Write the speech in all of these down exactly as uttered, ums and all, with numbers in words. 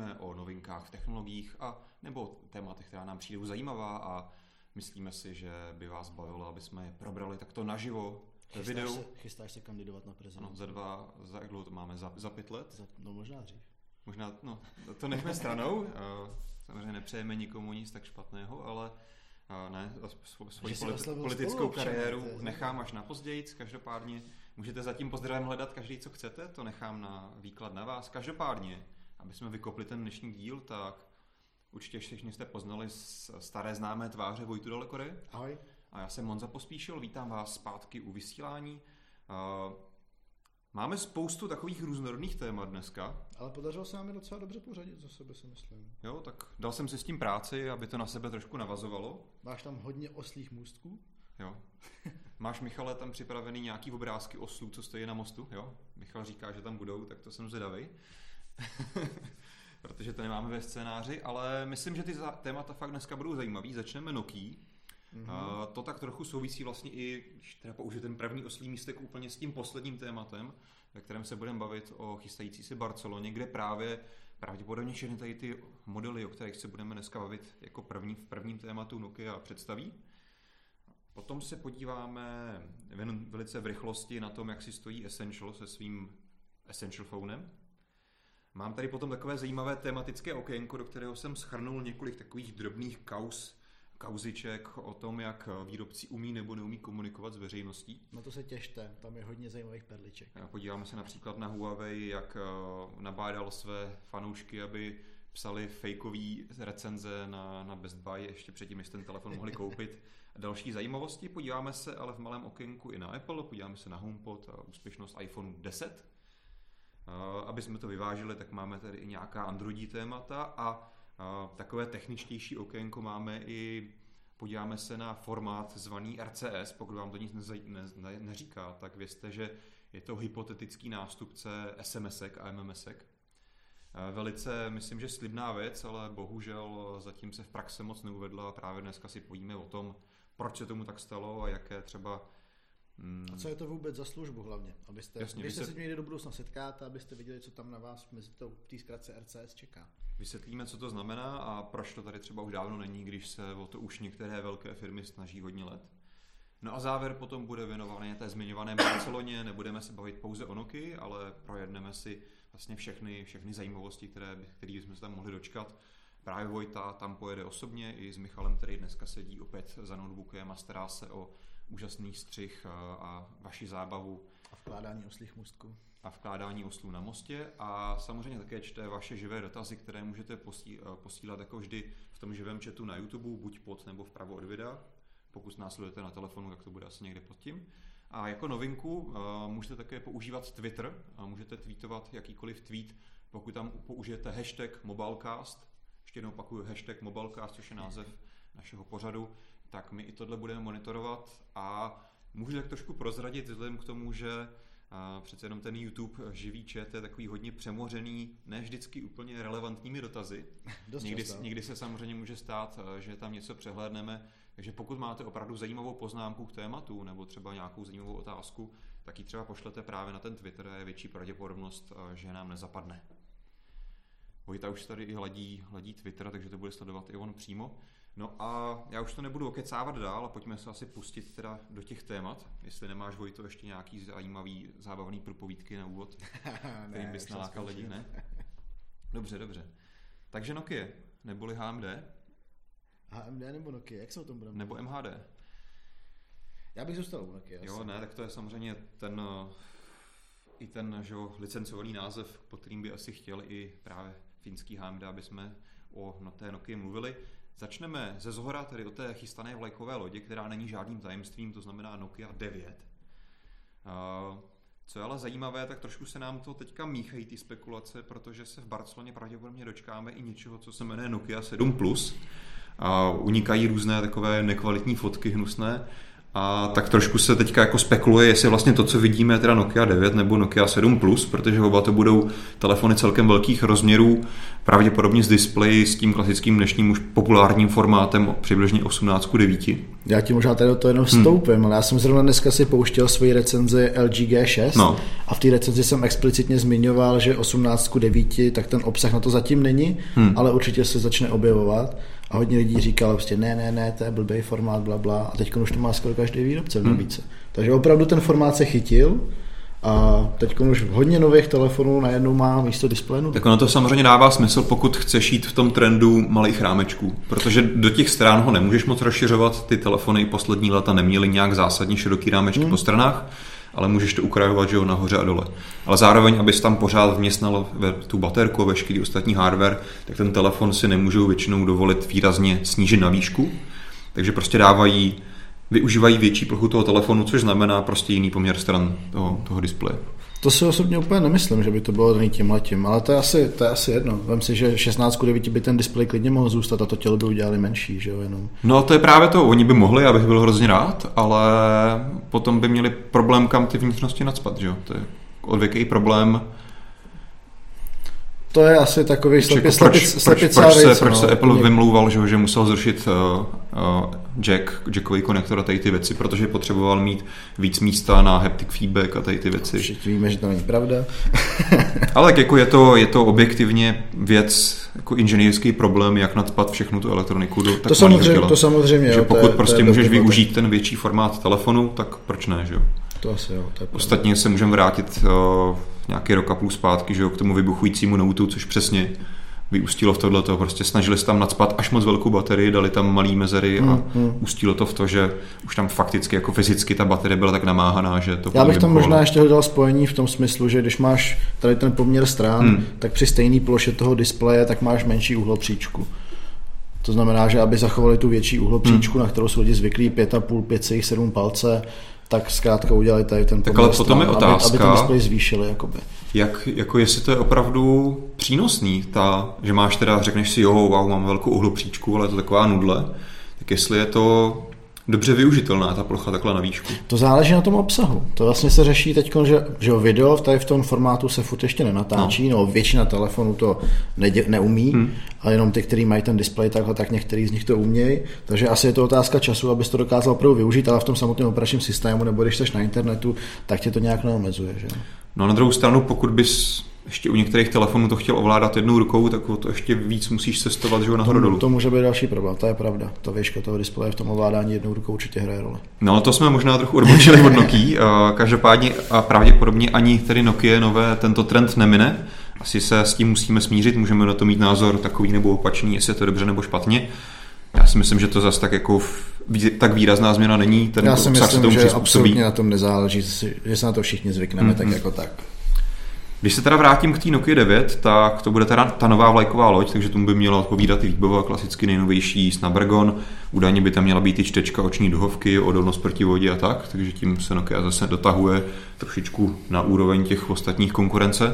povíme o novinkách v technologiích a nebo tématech, která nám přijdou zajímavá a myslíme si, že by vás bavilo, aby jsme je probrali takto naživo ve Chystáš videu. Se, chystáš se kandidovat na prezidenta? Ano, za dva, za jak dlouho to máme? Za, za pět let? Za, no možná dřív. Možná, no, to nechme stranou. Samozřejmě nepřejeme nikomu nic tak špatného, ale ne, svoji politi- politickou kariéru nechám až na později. Každopádně můžete za tím pozdravem hledat každý, co chcete, to nechám na výklad na vás. Každopádně, aby jsme vykopli ten dnešní díl, tak určitě všichni jste poznali staré známé tváře Vojtu Dalekory. Ahoj. A já jsem Monza Pospíšil, vítám vás zpátky u vysílání. Máme spoustu takových různorodných témat dneska. Ale podařilo se nám je docela dobře pořadit za sebe, si myslím. Jo, tak dal jsem si s tím práci, aby to na sebe trošku navazovalo. Máš tam hodně oslých můstků? Jo. Máš, Michale, tam připravený nějaký obrázky oslů, co stojí na mostu? Jo. Michal říká, že tam budou, tak to jsem zvědavý. Protože to nemáme ve scénáři, ale myslím, že ty témata fakt dneska budou zajímavý. Začneme Nokia. Mm-hmm. Uh, to tak trochu souvisí vlastně i, když teda použiju ten první oslý místek úplně s tím posledním tématem, ve kterém se budeme bavit o chystající se Barceloně, kde právě pravděpodobně všechny tady ty modely, o kterých se budeme dneska bavit jako první v prvním tématu Nokia představí. Potom se podíváme velice v rychlosti na tom, jak si stojí Essential se svým Essential phonem. Mám tady potom takové zajímavé tematické okénko, do kterého jsem shrnul několik takových drobných kauz, kauziček o tom, jak výrobci umí nebo neumí komunikovat s veřejností. No to se těšte, tam je hodně zajímavých perliček. Podíváme se například na Huawei, jak nabádal své fanoušky, aby psali fejkový recenze na, na Best Buy ještě předtím, než ten telefon mohli koupit. Další zajímavosti, podíváme se ale v malém okénku i na Apple, podíváme se na HomePod a úspěšnost iPhone deset. Aby jsme to vyvážili, tak máme tady i nějaká Androidí témata a takové techničtější okénko máme i, podíváme se na formát zvaný R C S, pokud vám to nic neza, ne, ne, neříká, tak vězte, že je to hypotetický nástupce SMSek a MMSek. Velice, myslím, že slibná věc, ale bohužel zatím se v praxi moc neuvedla a právě dneska si povíme o tom, proč se tomu tak stalo a jaké třeba... Hmm. A co je to vůbec za službu hlavně? Abyste, Jasně, když vysvět... se někdy do budoucna setkáte, abyste viděli, co tam na vás mezi té zkratce R C S čeká. Vysvětlíme, co to znamená a proč to tady třeba už dávno není, když se o to už některé velké firmy snaží hodně let. No a závěr potom bude věnovaný té zmiňované Barceloně, nebudeme se bavit pouze o Nokii, ale projedneme si vlastně všechny, všechny zajímavosti, které, které bychom se tam mohli dočkat. Právě Vojta tam pojede osobně i s Michalem, který dneska sedí opět za notebookem a stará se o úžasný střih a vaši zábavu. A vkládání oslých můstků. A vkládání oslů na mostě a samozřejmě také čte vaše živé dotazy, které můžete posílat jako vždy v tom živém chatu na YouTube, buď pod nebo vpravo od videa. Pokud nás sledujete na telefonu, tak to bude asi někde pod tím. A jako novinku můžete také používat Twitter a můžete tweetovat jakýkoliv tweet, pokud tam použijete hashtag Mobilecast, ještě jednou opakuju hashtag Mobilecast, což je název našeho pořadu, tak my i tohle budeme monitorovat a můžu tak trošku prozradit vzhledem k tomu, že a přece jenom ten YouTube živý chat je takový hodně přemořený, ne vždycky úplně relevantními dotazy. Někdy, někdy se samozřejmě může stát, že tam něco přehlédneme, takže pokud máte opravdu zajímavou poznámku k tématu nebo třeba nějakou zajímavou otázku, tak ji třeba pošlete právě na ten Twitter a je větší pravděpodobnost, že nám nezapadne. Vojta už tady i hladí, hladí Twitter, takže to bude sledovat i on přímo. No a já už to nebudu okecávat dál a pojďme se asi pustit teda do těch témat. Jestli nemáš, Vojto, ještě nějaký zajímavý, zábavný průpovídky na úvod, kterým bys nalákal lidi, ne? Dobře, dobře. Takže Nokia, neboli H M D? H M D nebo Nokia, jak se o tom budeme? Nebo M H D? Já bych zůstal u Nokia. Jo, ne, tak to je samozřejmě ten, i ten, že, licencovaný název, pod kterým by asi chtěl i právě finský H M D, aby jsme o no, té Nokia mluvili. Začneme ze zhora, tedy o té chystané vlajkové lodi, která není žádným tajemstvím, to znamená Nokia devět. Co je ale zajímavé, tak trošku se nám to teďka míchají ty spekulace, protože se v Barceloně pravděpodobně dočkáme i něčeho, co se jmenuje Nokia sedm plus. A unikají různé takové nekvalitní fotky hnusné. A tak trošku se teďka jako spekuluje, jestli vlastně to, co vidíme, je teda Nokia devět nebo Nokia sedm plus, protože oba to budou telefony celkem velkých rozměrů, pravděpodobně z displeji s tím klasickým dnešním už populárním formátem přibližně osmnáct ku devíti. Já ti možná tady do toho jenom vstoupím, hmm. ale já jsem zrovna dneska si pouštěl svoji recenzi L G G šest no. a v té recenzi jsem explicitně zmiňoval, že osmnáct ku devíti, tak ten obsah na to zatím není, hmm. ale určitě se začne objevovat a hodně lidí říkalo prostě ne, ne, ne, to je blbej formát, bla, bla a teď už to má skoro každý výrobce v nabídce. Hmm. Takže opravdu ten formát se chytil. A teď už hodně nových telefonů najednou má místo displeje. Tak ono to samozřejmě dává smysl, pokud chceš jít v tom trendu malých rámečků, protože do těch stran ho nemůžeš moc rozšiřovat, ty telefony poslední léta neměly nějak zásadně široký rámečky hmm. po stranách, ale můžeš to ukrajovat, že jo, nahoře a dole. Ale zároveň, abys tam pořád vměstnal tu baterku a veškerý ostatní hardware, tak ten telefon si nemůžou většinou dovolit výrazně snížit na výšku, takže prostě dávají využívají větší plochu toho telefonu, což znamená prostě jiný poměr stran toho, toho displeje. To si osobně úplně nemyslím, že by to bylo daný tímhletím, ale to je asi, to je asi jedno. Vem si, že šestnáct ku devíti by ten displej klidně mohl zůstat a to tělo by udělali menší, že jo, jenom. No to je právě to, oni by mohli, já bych byl hrozně rád, ale potom by měli problém, kam ty vnitřnosti nacpat, že jo, to je odvěký problém. To je asi takový slepic, proč, slepic, proč, slepic proč, se, věc, proč no, se Apple úplně. vymlouval, že, že musel zrušit uh, uh, jack, jackový konektor a tady ty věci, protože potřeboval mít víc místa na haptic feedback a tady ty věci. Všichni víme, že to není pravda. Ale tak jako je to, je to objektivně věc, jako inženýrský problém, jak nadspat všechnu tu elektroniku do tak to samozřejmě, to samozřejmě, že jo, pokud to je, prostě to je můžeš využít ten větší formát telefonu, tak proč ne, že jo? To asi jo, to je Ostatně se můžeme vrátit uh, nějaký rok a půl zpátky, že jo, k tomu vybuchujícímu Note, což přesně vyústilo v tohleto, prostě snažili se tam nacpat až moc velkou baterii, dali tam malý mezery a hmm, hmm. ústilo to v to, že už tam fakticky jako fyzicky ta baterie byla tak namáhaná, že to Já bych tam vybuchovalo. možná ještě hledal spojení v tom smyslu, že když máš tady ten poměr stran, hmm. tak při stejné ploše toho displeje, tak máš menší uhlopříčku. To znamená, že aby zachovali tu větší uhlopříčku, hmm. na kterou jsou lidi zvyklí pět a půl, pět celá sedm palce, tak zkrátka udělali tady ten poměr tak potom je stran, otázka, aby, aby ten displej zvýšili. Jakoby. Jak, jako jestli to je opravdu přínosný, ta, že máš teda, řekneš si, jo, wow, mám velkou uhlopříčku, ale je to taková nudle, tak jestli je to dobře využitelná ta plocha takhle na výšku. To záleží na tom obsahu. To vlastně se řeší teď, že, že video tady v tom formátu se furt ještě nenatáčí, no, no většina telefonů to nedě, neumí, hmm. ale jenom ty, kteří mají ten displej takhle, tak některý z nich to umějí. Takže asi je to otázka času, abys to dokázal opravdu využít, ale v tom samotném operačním systému, nebo když jsi na internetu, tak tě to nějak neomezuje. Že? No na druhou stranu, pokud bys ještě u některých telefonů to chtěl ovládat jednou rukou, tak to ještě víc musíš cestovat, že ho nahoru dolů. To může být další problém, to je pravda. Ta výška toho displeje v tom ovládání jednou rukou určitě hraje roli. No ale to jsme možná trochu odbočili od Nokia. Každopádně a pravděpodobně ani tedy Nokia nové tento trend nemine. Asi se s tím musíme smířit, můžeme na to mít názor takový nebo opačný, jestli je to dobře nebo špatně. Já si myslím, že to zase tak jako tak výrazná změna není. Ten Já si myslím, že absolutně na tom nezáleží, že se na to všichni zvykneme, mm-hmm. tak jako tak. Když se teda vrátím k té Nokia devět, tak to bude teda ta nová vlajková loď, takže tomu by měla odpovídat i výbava, klasicky nejnovější Snapdragon. Údajně by tam měla být i čtečka oční duhovky, odolnost proti vodě a tak, takže tím se Nokia zase dotahuje trošičku na úroveň těch ostatních konkurence.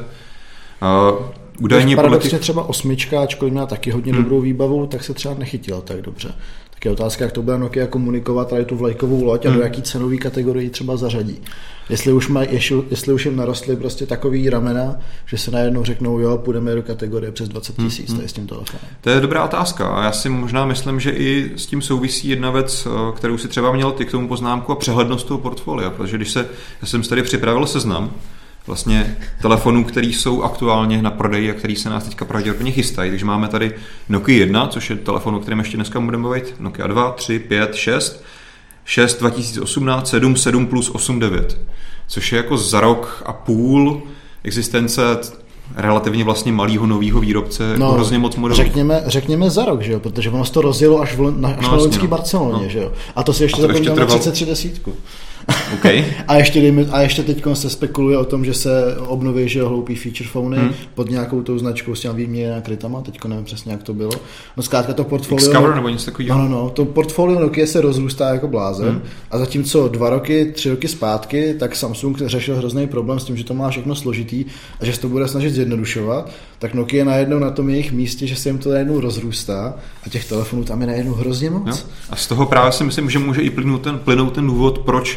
Uh, údajně paradoxně těch... třeba osmička, ačkoliv měla taky hodně hmm. dobrou výbavu, tak se třeba nechytila tak dobře. Tak je otázka, jak to bude Nokia komunikovat tady tu vlajkovou loď a hmm. do jaký cenové kategorii třeba zařadí. Jestli už, maj, jestli už jim narostly prostě takový ramena, že se najednou řeknou, jo, půjdeme do kategorie přes dvacet tisíc, hmm. s tím telefonem. To je dobrá otázka a já si možná myslím, že i s tím souvisí jedna věc, kterou si třeba měl ty k tomu poznámku a přehlednost toho portfolia, protože když se, já jsem tady připravil seznam, vlastně telefonů, které jsou aktuálně na prodeji a který se nás teďka pravděpodobně chystají. Takže máme tady Nokia jedna, což je telefon, o kterém ještě dneska budeme bavit, Nokia dva, tři, pět, šest, šest dva tisíce osmnáct, sedm, sedm plus, osm, devět, což je jako za rok a půl existence relativně vlastně malého nového výrobce, no, jako hrozně moc modelů. Řekněme, řekněme za rok, že jo, protože ono se to rozjelo až, v, na, až no, na loňský no. Barceloně, no. že jo. A to si ještě zapomněl na třicet tři desítku. Okay. a, ještě, a ještě teď se spekuluje o tom, že se obnoví, že jo, hloupý feature phony hmm. pod nějakou tou značkou s těmi výměnými krytama, teďko nevím přesně, jak to bylo. No zkrátka to portfolio... Xcover nebo něco takového? No, no, no, to portfolio Nokia se rozrůstá jako blázen hmm. a zatímco dva roky, tři roky zpátky, tak Samsung řešil hrozný problém s tím, že to má všechno složitý a že se to bude snažit zjednodušovat, tak Nokia najednou na tom jejich místě, že se jim to najednou rozrůstá a těch telefonů tam je najednou hrozně moc. Jo. A z toho právě si myslím, že může i plynout ten, plynout ten důvod, proč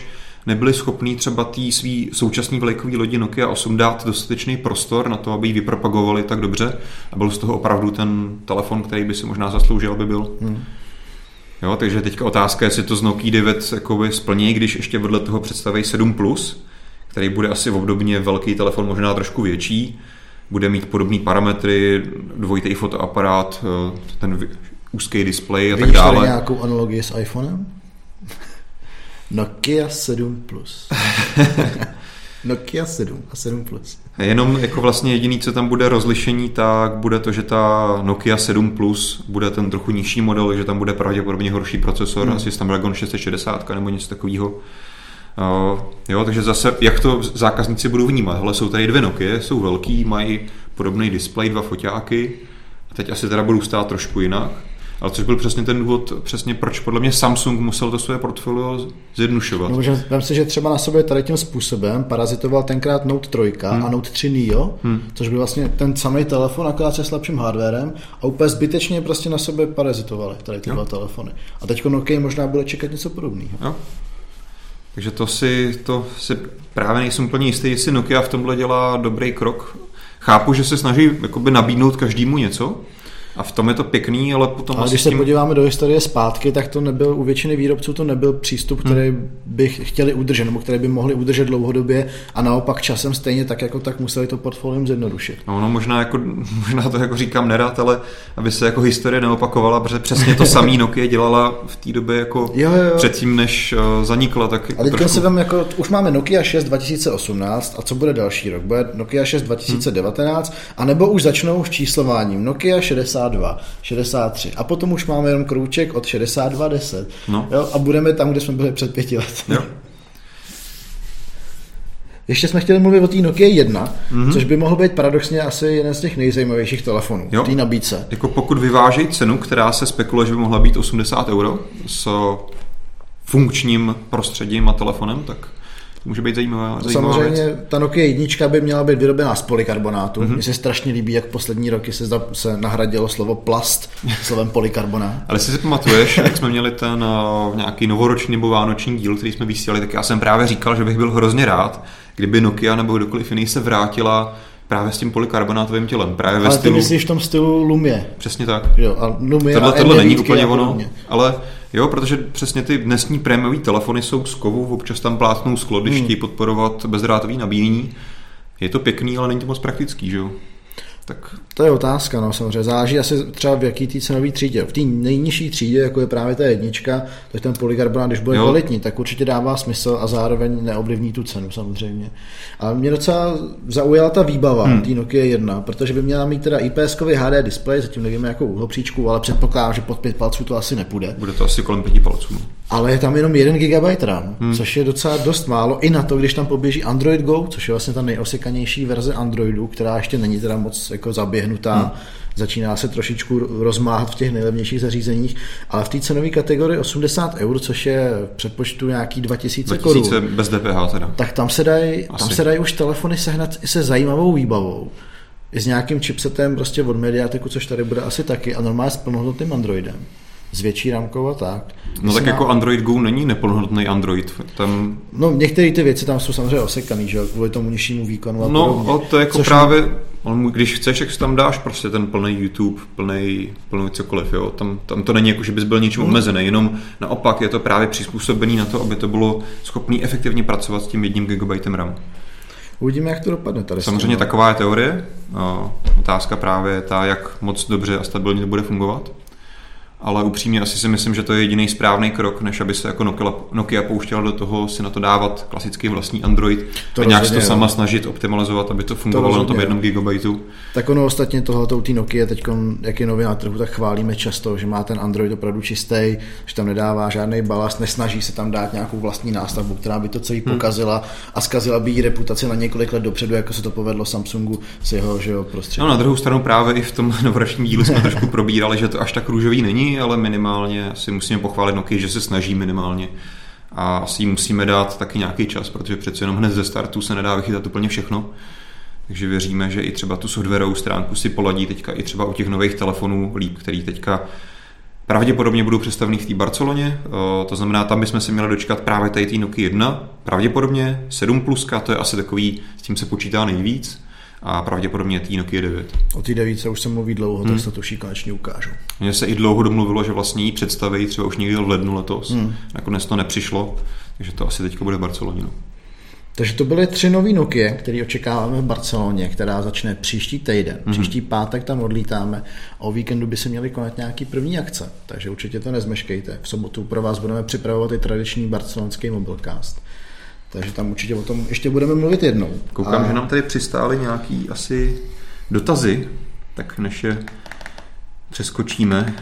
nebyli schopní třeba tý svý současný vlajkový lodi Nokia osm dát dostatečný prostor na to, aby ji vypropagovali tak dobře a byl z toho opravdu ten telefon, který by si možná zasloužil, aby byl. Hmm. Jo, takže teďka otázka, jestli to z Nokia devět jakoby splní, když ještě vedle toho představí sedm plus, který bude asi obdobně velký telefon, možná trošku větší, bude mít podobné parametry, dvojitý fotoaparát, ten úzký displej a tak dále. Vidíš tady nějakou analogii s iPhonem? Nokia sedm plus. Nokia sedm a sedm plus. Jenom jako vlastně jediný, co tam bude rozlišení, tak bude to, že ta Nokia sedm plus bude ten trochu nižší model, že tam bude pravděpodobně horší procesor, hmm. asi Snapdragon šest set šedesát nebo něco takového. Uh, jo, takže zase, jak to zákazníci budou vnímat? Hele, jsou tady dvě Nokia, jsou velký, mají podobný displej, dva foťáky a teď asi teda budou stát trošku jinak. Ale což byl přesně ten důvod, přesně proč podle mě Samsung musel to své portfolio zjednodušovat. No, vem si, že třeba na sobě tady tím způsobem parazitoval tenkrát Note tři hmm. a Note tři Neo, hmm. což byl vlastně ten samý telefon, akorát se slabším hardwarem a úplně zbytečně prostě na sobě parazitovali tady ty dva telefony. A teď Nokia možná bude čekat něco podobného. Jo. Takže to si, to si právě nejsem úplně jistý, jestli Nokia v tomhle dělá dobrý krok. Chápu, že se snaží jakoby nabídnout každému něco, a v tom je to pěkný, ale potom... Ale když se tím... podíváme do historie zpátky, tak to nebyl, u většiny výrobců to nebyl přístup, který hmm. by chtěli udržet, nebo který by mohli udržet dlouhodobě a naopak časem stejně tak jako tak museli to portfolium zjednodušit. No, no možná, jako, možná to jako říkám nerad, ale aby se jako historie neopakovala, protože přesně to samý Nokia dělala v té době jako jo, jo, jo. předtím, než uh, zanikla. Tak a teďka trošku... si vem, jako, už máme Nokia šest dva tisíce osmnáct a co bude další rok? Bude Nokia šest dva tisíce devatenáct hmm. a nebo už začnou s číslováním Nokia šedesát dva, šedesát tři a potom už máme jenom krůček od šedesát dva deset no. jo, a budeme tam, kde jsme byli před pěti lety. Jo. Ještě jsme chtěli mluvit o té Nokia jedna, mm-hmm. což by mohl být paradoxně asi jeden z těch nejzajímavějších telefonů v té nabídce. Jako pokud vyvážejí cenu, která se spekuluje, že by mohla být osmdesát euro s funkčním prostředím a telefonem, tak může být zajímavá, zajímavá Samozřejmě věc. Ta Nokia jednička by měla být vyrobená z polykarbonátu. Mm-hmm. Mně se strašně líbí, jak poslední roky se, zda, se nahradilo slovo plast slovem polykarbonát. Ale jestli si pamatuješ, jak jsme měli ten uh, nějaký novoroční nebo vánoční díl, který jsme vysílali, tak já jsem právě říkal, že bych byl hrozně rád, kdyby Nokia nebo kdokoliv jiný se vrátila právě s tím polykarbonátovým tělem. Právě ve ale stylu... ty myslíš v tom stylu Lumie. Přesně tak. Jo, a Lumie tohle, a tohle není úplně ono, ale jo, protože přesně ty dnesní prémiové telefony jsou z kovu, občas tam plátnou sklo, když hmm. chtějí podporovat bezdrátový nabíjení. Je to pěkný, ale není to moc praktický, že jo? Tak... To je otázka, no samozřejmě. Záleží asi třeba v jaký té cenové třídě. V té nejnižší třídě, jako je právě ta jednička, tak ten polykarbonát, když bude jo. kvalitní, tak určitě dává smysl a zároveň neovlivní tu cenu samozřejmě. A mě docela zaujala ta výbava hmm. té Nokia jedna, protože by měla mít teda IPS-kový H D displej, zatím nevíme jakou úhlopříčku, ale předpokládám, že pod pět palců to asi nepůjde. Bude to asi kolem pěti palců. Ale je tam jenom jeden gigabyte RAM, hmm. což je docela dost málo, i na to, když tam poběží Android Go, což je vlastně ta nejosekanější verze Androidu, která ještě není teda moc jako zaběhnutá, hmm. začíná se trošičku rozmáhat v těch nejlevnějších zařízeních, ale v té cenové kategorii osmdesát eur, což je v předpočtu nějaký dva tisíce korun. dva tisíce bez D P H teda. Tak tam se dají tam se dají už telefony sehnat i se zajímavou výbavou. I s nějakým chipsetem prostě od Mediateku, což tady bude asi taky, a normálně s plnohodnotným Androidem. S větší rámkou a tak. No tak jako Android Go není neplnohodnotný Android. Tam... No některé ty věci tam jsou samozřejmě osekaný, že kvůli tomu nižšímu výkonu a no, podobně. No to jako což právě, on, když chceš, jak si tam dáš prostě ten plný YouTube, plný, plný cokoliv, jo. Tam, tam to není jako, že bys byl něčím hmm. omezený, jenom naopak je to právě přizpůsobený na to, aby to bylo schopný efektivně pracovat s tím jedním gigabajtem RAM. Uvidíme, jak to dopadne tady. Samozřejmě taková je teorie. Otázka právě je ta, jak moc dobře a stabilně to bude fungovat. Ale upřímně asi si myslím, že to je jediný správný krok, než aby se jako Nokia, Nokia pouštěla do toho si na to dávat klasický vlastní Android to a nějak se to sama snažit optimalizovat, aby to fungovalo to na tom jednom gigabajtu. Tak ono ostatně tohoto u té Nokia teď, jak je nově na trhu, tak chválíme často, že má ten Android opravdu čistý, že tam nedává žádný balast, nesnaží se tam dát nějakou vlastní nástavbu, která by to celý hmm. pokazila a zkazila by jí reputaci na několik let dopředu, jako se to povedlo Samsungu s jeho, že jo, prostředí. No na druhou stranu právě i v tom novoročním dílu jsme trošku probírali, že to až tak růžový není, ale minimálně si musíme pochválit Nokia, že se snaží minimálně a asi jí musíme dát taky nějaký čas, protože přece jenom hned ze startu se nedá vychytat úplně všechno. Takže věříme, že i třeba tu softwarovou stránku si poladí teďka i třeba u těch nových telefonů líp, který teďka Pravděpodobně budou představený v té Barceloně, to znamená, tam bychom si měli dočkat právě tady té Nokia jedna, pravděpodobně sedm pluska, to je asi takový, s tím se počítá nejvíc, a pravděpodobně té Nokia devět. O té devět už se mluví dlouho, hmm. tak se to už konečně ukážu. Mně se i dlouho domluvilo, že vlastně jí představí třeba už někdy v lednu letos, hmm. nakonec to nepřišlo, takže to asi teďka bude v Barceloně. No. Takže to byly tři nový Nokia, které očekáváme v Barceloně, která začne příští týden. Mm-hmm. Příští pátek tam odlítáme a o víkendu by se měly konat nějaký první akce, takže určitě to nezmeškejte. V sobotu pro vás budeme připravovat i tradiční barcelonský mobilecast. Takže tam určitě o tom ještě budeme mluvit jednou. Koukám, a... že nám tady přistály nějaký asi dotazy, tak než je přeskočíme.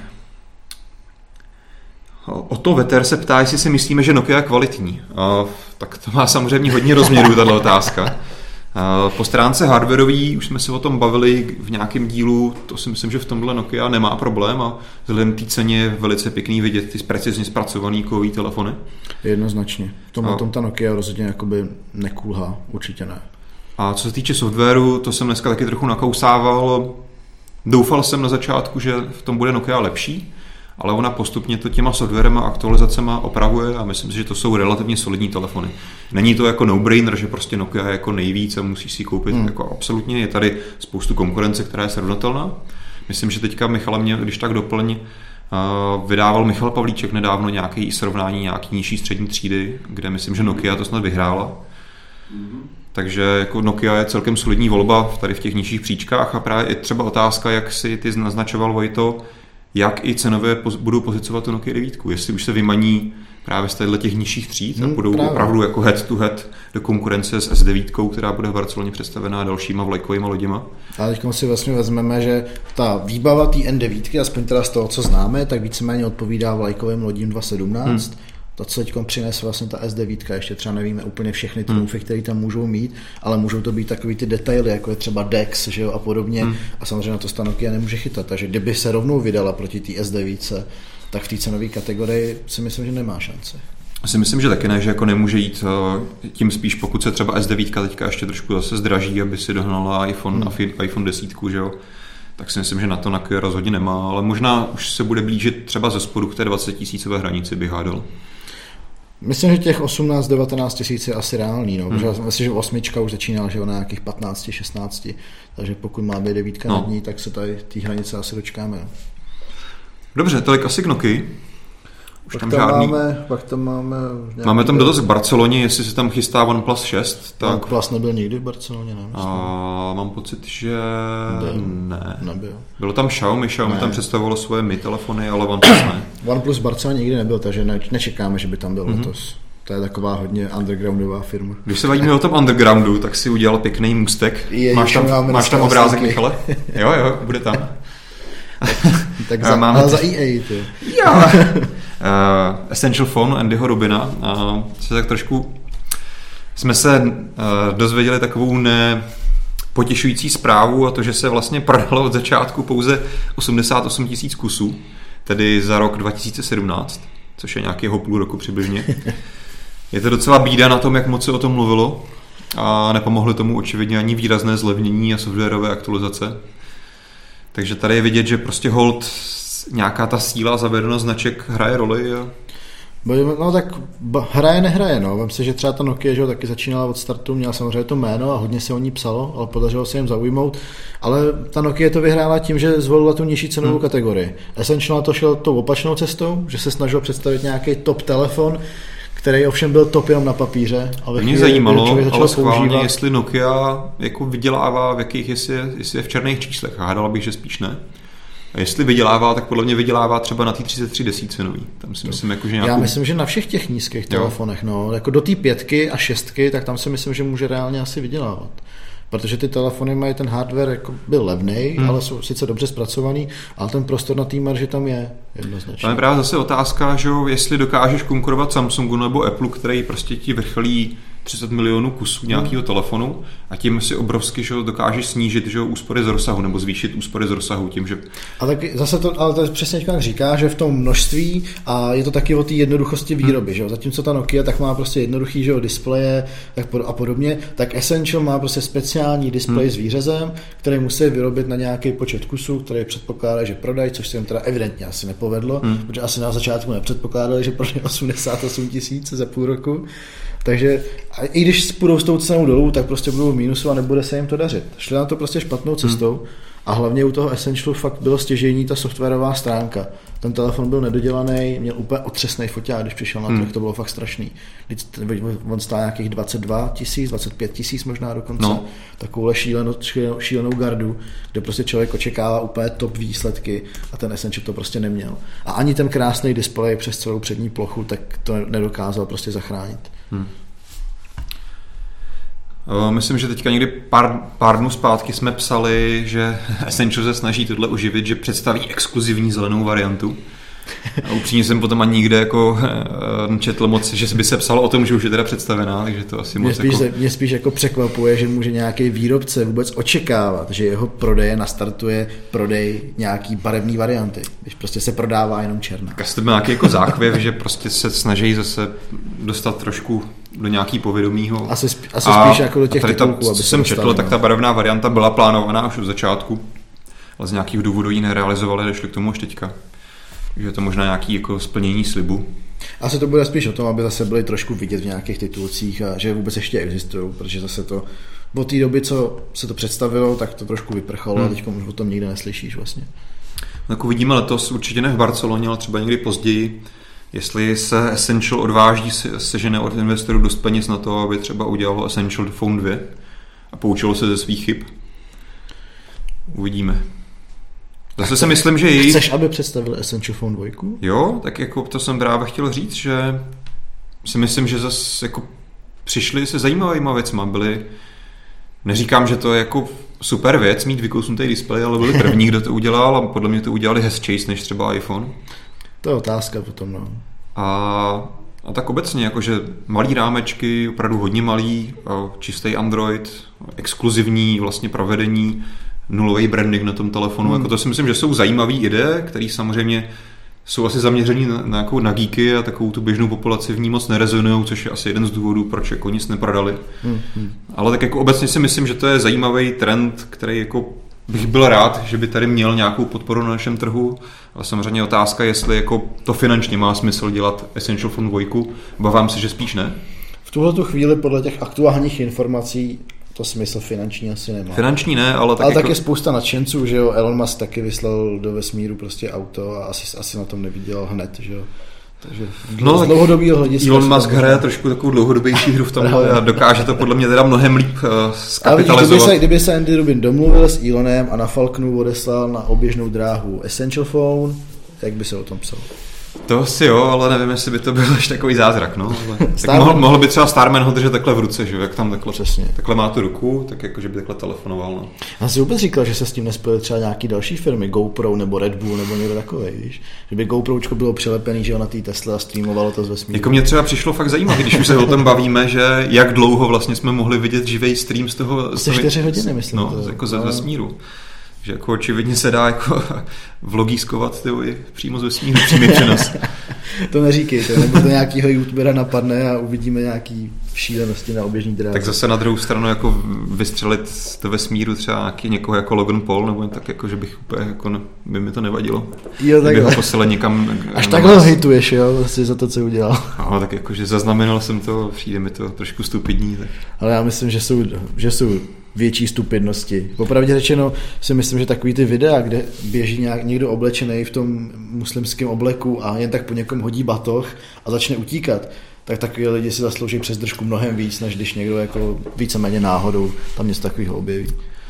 O to Veter se ptá, jestli si myslíme, že Nokia je kvalitní. Uh, tak to má samozřejmě hodně rozměrů, tato otázka. Uh, po stránce hardwareový, už jsme se o tom bavili v nějakém dílu, to si myslím, že v tomhle Nokia nemá problém a vzhledem té ceně je velice pěkný vidět ty precizně zpracovaný kový telefony. Jednoznačně. V tomhle uh, tom ta Nokia rozhodně jakoby nekulhá, určitě ne. A co se týče softwaru, to jsem dneska taky trochu nakousával. Doufal jsem na začátku, že v tom bude Nokia lepší, ale ona postupně to těma softwarem a aktualizacema opravuje a myslím si, že to jsou relativně solidní telefony. Není to jako no-brainer, že prostě Nokia je jako nejvíc a musíš si koupit hmm. jako absolutně. Je tady spoustu konkurence, která je srovnatelná. Myslím, že teďka Michal mě, když tak doplň, vydával Michal Pavlíček nedávno nějaké srovnání nějaký nižší střední třídy, kde myslím, že Nokia to snad vyhrála. Hmm. Takže jako Nokia je celkem solidní volba tady v těch nižších příčkách a právě je třeba otázka, jak si ty naznačoval, Vojto, jak i cenově budou pozicovat tu Nokia devět, jestli už se vymaní právě z těch nižších tříd hmm, a budou právě opravdu jako head to head do konkurence s S devět, která bude v Barceloně představená dalšíma vlajkovými loděma. A teď si vlastně vezmeme, že ta výbava té N devět, aspoň teda z toho, co známe, tak víceméně odpovídá vlajkovým lodím dva tisíce sedmnáct. Hmm. To, co teď přinese vlastně ta S devět, ještě třeba nevíme úplně všechny ty trumfy, hmm. které tam můžou mít, ale můžou to být takový ty detaily, jako je třeba D E X, že jo, a podobně. Hmm. A samozřejmě na to ta Nokia nemůže chytat. Takže kdyby se rovnou vydala proti té S devět, tak v té cenové kategorii si myslím, že nemá šanci. Si myslím, že taky ne, že jako nemůže jít tím spíš, pokud se třeba S devět teďka ještě trošku zase zdraží, aby si dohnala iPhone, hmm. iPhone deset, že jo. Tak si myslím, že na to Nokia rozhodně nemá, ale možná už se bude blížit třeba ze spodu k té dvacet tisícové hranici, bych hádal. Myslím, že těch osmnáct devatenáct tisíc je asi reálný, no, hmm. protože myslím, že osmička už začínala, že na nějakých patnáct šestnáct, takže pokud má být devítka no. nad ní, tak se tady té hranice asi dočkáme. Dobře, tolik asi k Nokii. Už pak tam, tam žádný... máme, pak tam máme... Máme tam dotaz k Barceloně, jestli se tam chystá OnePlus šest. Tak... OnePlus nebyl nikdy v Barceloně, ne? A mám pocit, že Byl. ne. Nebyl. Bylo tam Xiaomi, Xiaomi ne. tam představovalo svoje Mi telefony, ale OnePlus ne. OnePlus v Barceloně nikdy nebyl, takže ne, nečekáme, že by tam byl mm-hmm. letos. To je taková hodně undergroundová firma. Když se bavíme o tom undergroundu, tak si udělal pěkný můstek. Je, máš tam, máš tam obrázek, Michale? Jo, jo, bude tam. Tak za, máme za E A, ty. Jo. uh, Essential Phone Andyho Robina. Uh, se tak trošku jsme se uh, dozvěděli takovou nepotěšující zprávu a to, že se vlastně prodalo od začátku pouze osmdesát osm tisíc kusů, tedy za rok dva tisíce sedmnáct, což je nějakého půl roku přibližně. Je to docela bída na tom, jak moc se o tom mluvilo a nepomohly tomu očividně ani výrazné zlevnění a softwarové aktualizace. Takže tady je vidět, že prostě hold nějaká ta síla zavedenost značek hraje roli. A... No tak hraje, nehraje, no. Vem si, že třeba ta Nokia, že taky začínala od startu, měla samozřejmě to jméno a hodně se o ní psalo, ale podařilo se jim zaujmout. Ale ta Nokia to vyhrála tím, že zvolila tu nižší cenovou hmm. kategorii. Essential to šel tou opačnou cestou, že se snažil představit nějaký top telefon, který ovšem byl top jenom na papíře. Mě zajímalo, ale schválně, jestli Nokia jako vydělává, v jakých, jestli je, jestli je v černých číslech. Hádala bych, že spíš ne. A jestli vydělává, tak podle mě vydělává třeba na té třicet tři desícinový. Tam si myslím, jako, že nějakou... Já myslím, že na všech těch nízkých telefonech, no, jako do té pětky a šestky, tak tam si myslím, že může reálně asi vydělávat. Protože ty telefony mají ten hardware, jako byl levnej, hmm. ale jsou sice dobře zpracovaný, ale ten prostor na té marži tam je jednoznačně. To je právě zase otázka, že jo, jestli dokážeš konkurovat Samsungu nebo Apple, který prostě ti vrcholí třicet milionů kusů nějakého telefonu a tím si obrovsky, že dokáže snížit, že úspory z rozsahu nebo zvýšit úspory z rozsahu tím, že... A tak zase to, ale to přesně jak říká, že v tom množství a je to taky o té jednoduchosti výroby, hmm. že jo, zatímco ta Nokia tak má prostě jednoduchý, že jo, displeje tak a podobně, tak Essential má prostě speciální displej hmm. s výřezem, který musí vyrobit na nějaký počet kusů, který předpokládá, že prodají, což se jim teda evidentně asi nepovedlo, hmm. protože asi na začátku nepředpokládali, že prodají osmdesát osm tisíc za půl roku. Takže i když půjdou s tou cenou dolů, tak prostě budou v mínusu a nebude se jim to dařit. Šli na to prostě špatnou cestou hmm. a hlavně u toho Essentialu fakt bylo stěžejní ta softwarová stránka. Ten telefon byl nedodělaný, měl úplně otřesný foťák, když přišel na trh, hmm. to bylo fakt strašný. On stál nějakých dvacet dva tisíc, dvacet pět tisíc možná dokonce. No. Takovou šílenou, šílenou gardu, kde prostě člověk očekává úplně top výsledky a ten Essential to prostě neměl. A ani ten krásný displej přes celou přední plochu, tak to nedokázal prostě zachránit. Hmm. Myslím, že teďka někdy pár, pár dnů zpátky jsme psali, že Essential se snaží tohle uživit, že představí exkluzivní zelenou variantu. A upřímně jsem potom ani nikde jako četl moc, že by se psalo o tom, že už je teda představená, takže to asi mě moc spíš, jako... Mě spíš jako překvapuje, že může nějaký výrobce vůbec očekávat, že jeho prodeje nastartuje prodej nějaký barevný varianty, když prostě se prodává jenom černá. Tak asi to byl nějaký jako záchvěv, že prostě se snaží zase dostat trošku do nějaký povědomího. Asi, spí, asi spíš a, jako do těch titulků, aby co jsem četl, tak ta barevná varianta byla plánovaná už od začátku, ale z nějakých důvodů ji nerealizovali, došli k tomu až teďka. Že je to možná nějaký jako splnění slibu. Asi to bude spíš o tom, aby zase byli trošku vidět v nějakých titulcích a že vůbec ještě existují, protože zase to od té doby, co se to představilo, tak to trošku vyprchalo hmm. a teď už o tom nikde neslyšíš vlastně. Tak uvidíme letos, určitě ne v Barceloně, ale třeba někdy později, jestli se Essential odváží, sežene od investorů dost peněz na to, aby třeba udělalo Essential Phone dva a poučilo se ze svých chyb. Uvidíme. Zase si myslím, že její... Chceš, aby představil Essential Phone dva? Jo, tak jako to jsem právě chtěl říct, že si myslím, že zase jako přišli se zajímavýma věcma, byli... Neříkám, že to je jako super věc mít vykousnutý displej, ale byli první, kdo to udělal a podle mě to udělali hezčejš než třeba iPhone. To je otázka potom, no. A, a tak obecně, jakože malý rámečky, opravdu hodně malý, čistý Android, exkluzivní vlastně provedení, nulový branding na tom telefonu, hmm. jako to si myslím, že jsou zajímavé ideje, které samozřejmě jsou asi zaměřený na, na, jako na geeky a takovou tu běžnou populaci v ní moc nerezonují, což je asi jeden z důvodů, proč jako nic neprodali. Hmm. Ale tak jako obecně si myslím, že to je zajímavý trend, který jako bych byl rád, že by tady měl nějakou podporu na našem trhu. Ale samozřejmě otázka, jestli jako to finančně má smysl dělat Essential Phone dva. Bavám se, že spíš ne. V tuhletu chvíli podle těch aktuálních informací to smysl finanční asi nemá. Finanční ne, ale tak ale jako... tak je spousta nadšenců, že jo, Elon Musk taky vyslal do vesmíru prostě auto a asi, asi na tom neviděl hned, že jo. Takže no, z dlouhodobého hlediska... Elon Musk hraje trošku takovou dlouhodobější hru v tomhle a dokáže to podle mě teda mnohem líp uh, skapitalizovat. Kdyby se, kdyby se Andy Rubin domluvil s Elonem a na Falconu odeslal na oběžnou dráhu Essential Phone, jak by se o tom psalo? To asi jo, ale nevím, jestli by to byl až takový zázrak, no. Tak mohl, mohl by třeba Starman ho držet takhle v ruce, že jak tam takhle, takhle má tu ruku, tak jako, že by takhle telefonoval, no. Já si vůbec říkal, že se s tím nespojily třeba nějaký další firmy, GoPro nebo Red Bull nebo někdo takový, víš? Že by GoPročko bylo přilepený, že jo, na té Tesla a streamovalo to z vesmíru. Jako mě třeba přišlo fakt zajímavé, když už se o tom bavíme, že jak dlouho vlastně jsme mohli vidět živý stream z toho... Asi čtyři hodiny, myslím. No, to, jako ze vesmíru. Že jako očividně se dá jako vlogískovat tyjo, přímo z vesmíru, přímý přenos. To neříkejte, nebo to nějakýho youtubera napadne a uvidíme nějaký šílenosti na oběžní dráze. Tak zase na druhou stranu jako vystřelit do vesmíru třeba nějaký někoho jako Logan Paul, nebo tak jako, že bych úplně jako, ne, by mi to nevadilo. Jo, kdyby ho poslali někam. Až takhle ho hituješ, jo, vlastně za to, co udělal. No, tak jako, že zaznamenal jsem to, přijde mi to trošku stupidní. Tak. Ale já myslím, že jsou, že jsou větší stupidnosti. Popravdě řečeno si myslím, že takový ty videa, kde běží nějak, někdo oblečený v tom muslimském obleku a jen tak po někom hodí batoh a začne utíkat, tak takový lidi si zaslouží přes držku mnohem víc, než když někdo jako víceméně náhodou tam něco takového objeví.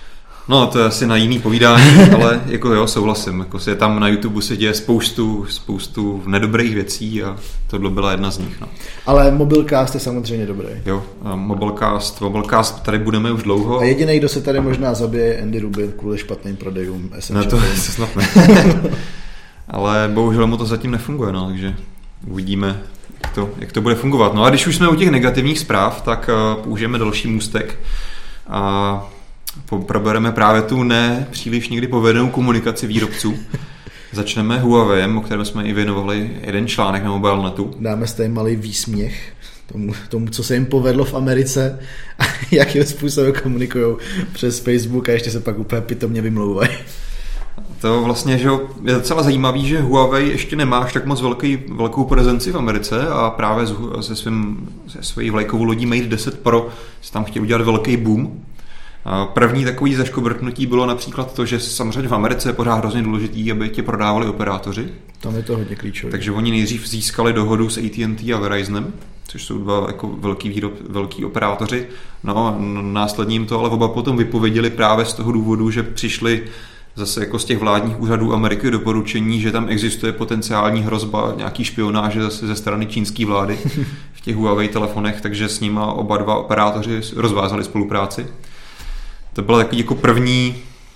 No, to je asi na jiný povídání, ale jako jo, souhlasím. Jako se tam na YouTube se děje spoustu, spoustu nedobrých věcí a tohle byla jedna z nich. No. Ale Mobilecast je samozřejmě dobrý. Jo, Mobilecast, Mobilecast tady budeme už dlouho. A jediný, kdo se tady možná zabije, je Andy Rubin kvůli špatným prodejům. No to se snad ne. Ale bohužel mu to zatím nefunguje, no, takže uvidíme, jak to, jak to bude fungovat. No a když už jsme u těch negativních zpráv, tak uh, použijeme další můstek a probereme právě tu ne příliš někdy povedenou komunikaci výrobců. Začneme Huawei, o kterém jsme i věnovali jeden článek na Mobilenetu. Dáme z té malý výsměch tomu, tomu, co se jim povedlo v Americe a jakým způsobem komunikují přes Facebook a ještě se pak úplně pitomně vymlouvají. To vlastně, že je docela zajímavý, že Huawei ještě nemá až tak moc velký, velkou prezenci v Americe a právě se, svým, se svojí vlajkovou lodí Mate deset Pro se tam chtěl udělat velký boom. První takový zaškobrtnutí bylo například to, že samozřejmě v Americe je pořád hrozně důležitý, aby tě prodávali operátoři. Tam je to hodně klíčové. Takže oni nejdřív získali dohodu s A T and T a Verizonem, což jsou dva jako velký, výrob, velký operátoři. No a následně jim to ale oba potom vypověděli právě z toho důvodu, že přišli zase jako z těch vládních úřadů Ameriky doporučení, že tam existuje potenciální hrozba nějaký špionáže zase ze strany čínské vlády v těch Huawei telefonech, takže s nima oba dva operátoři rozvázali spolupráci. To byla takový jako první,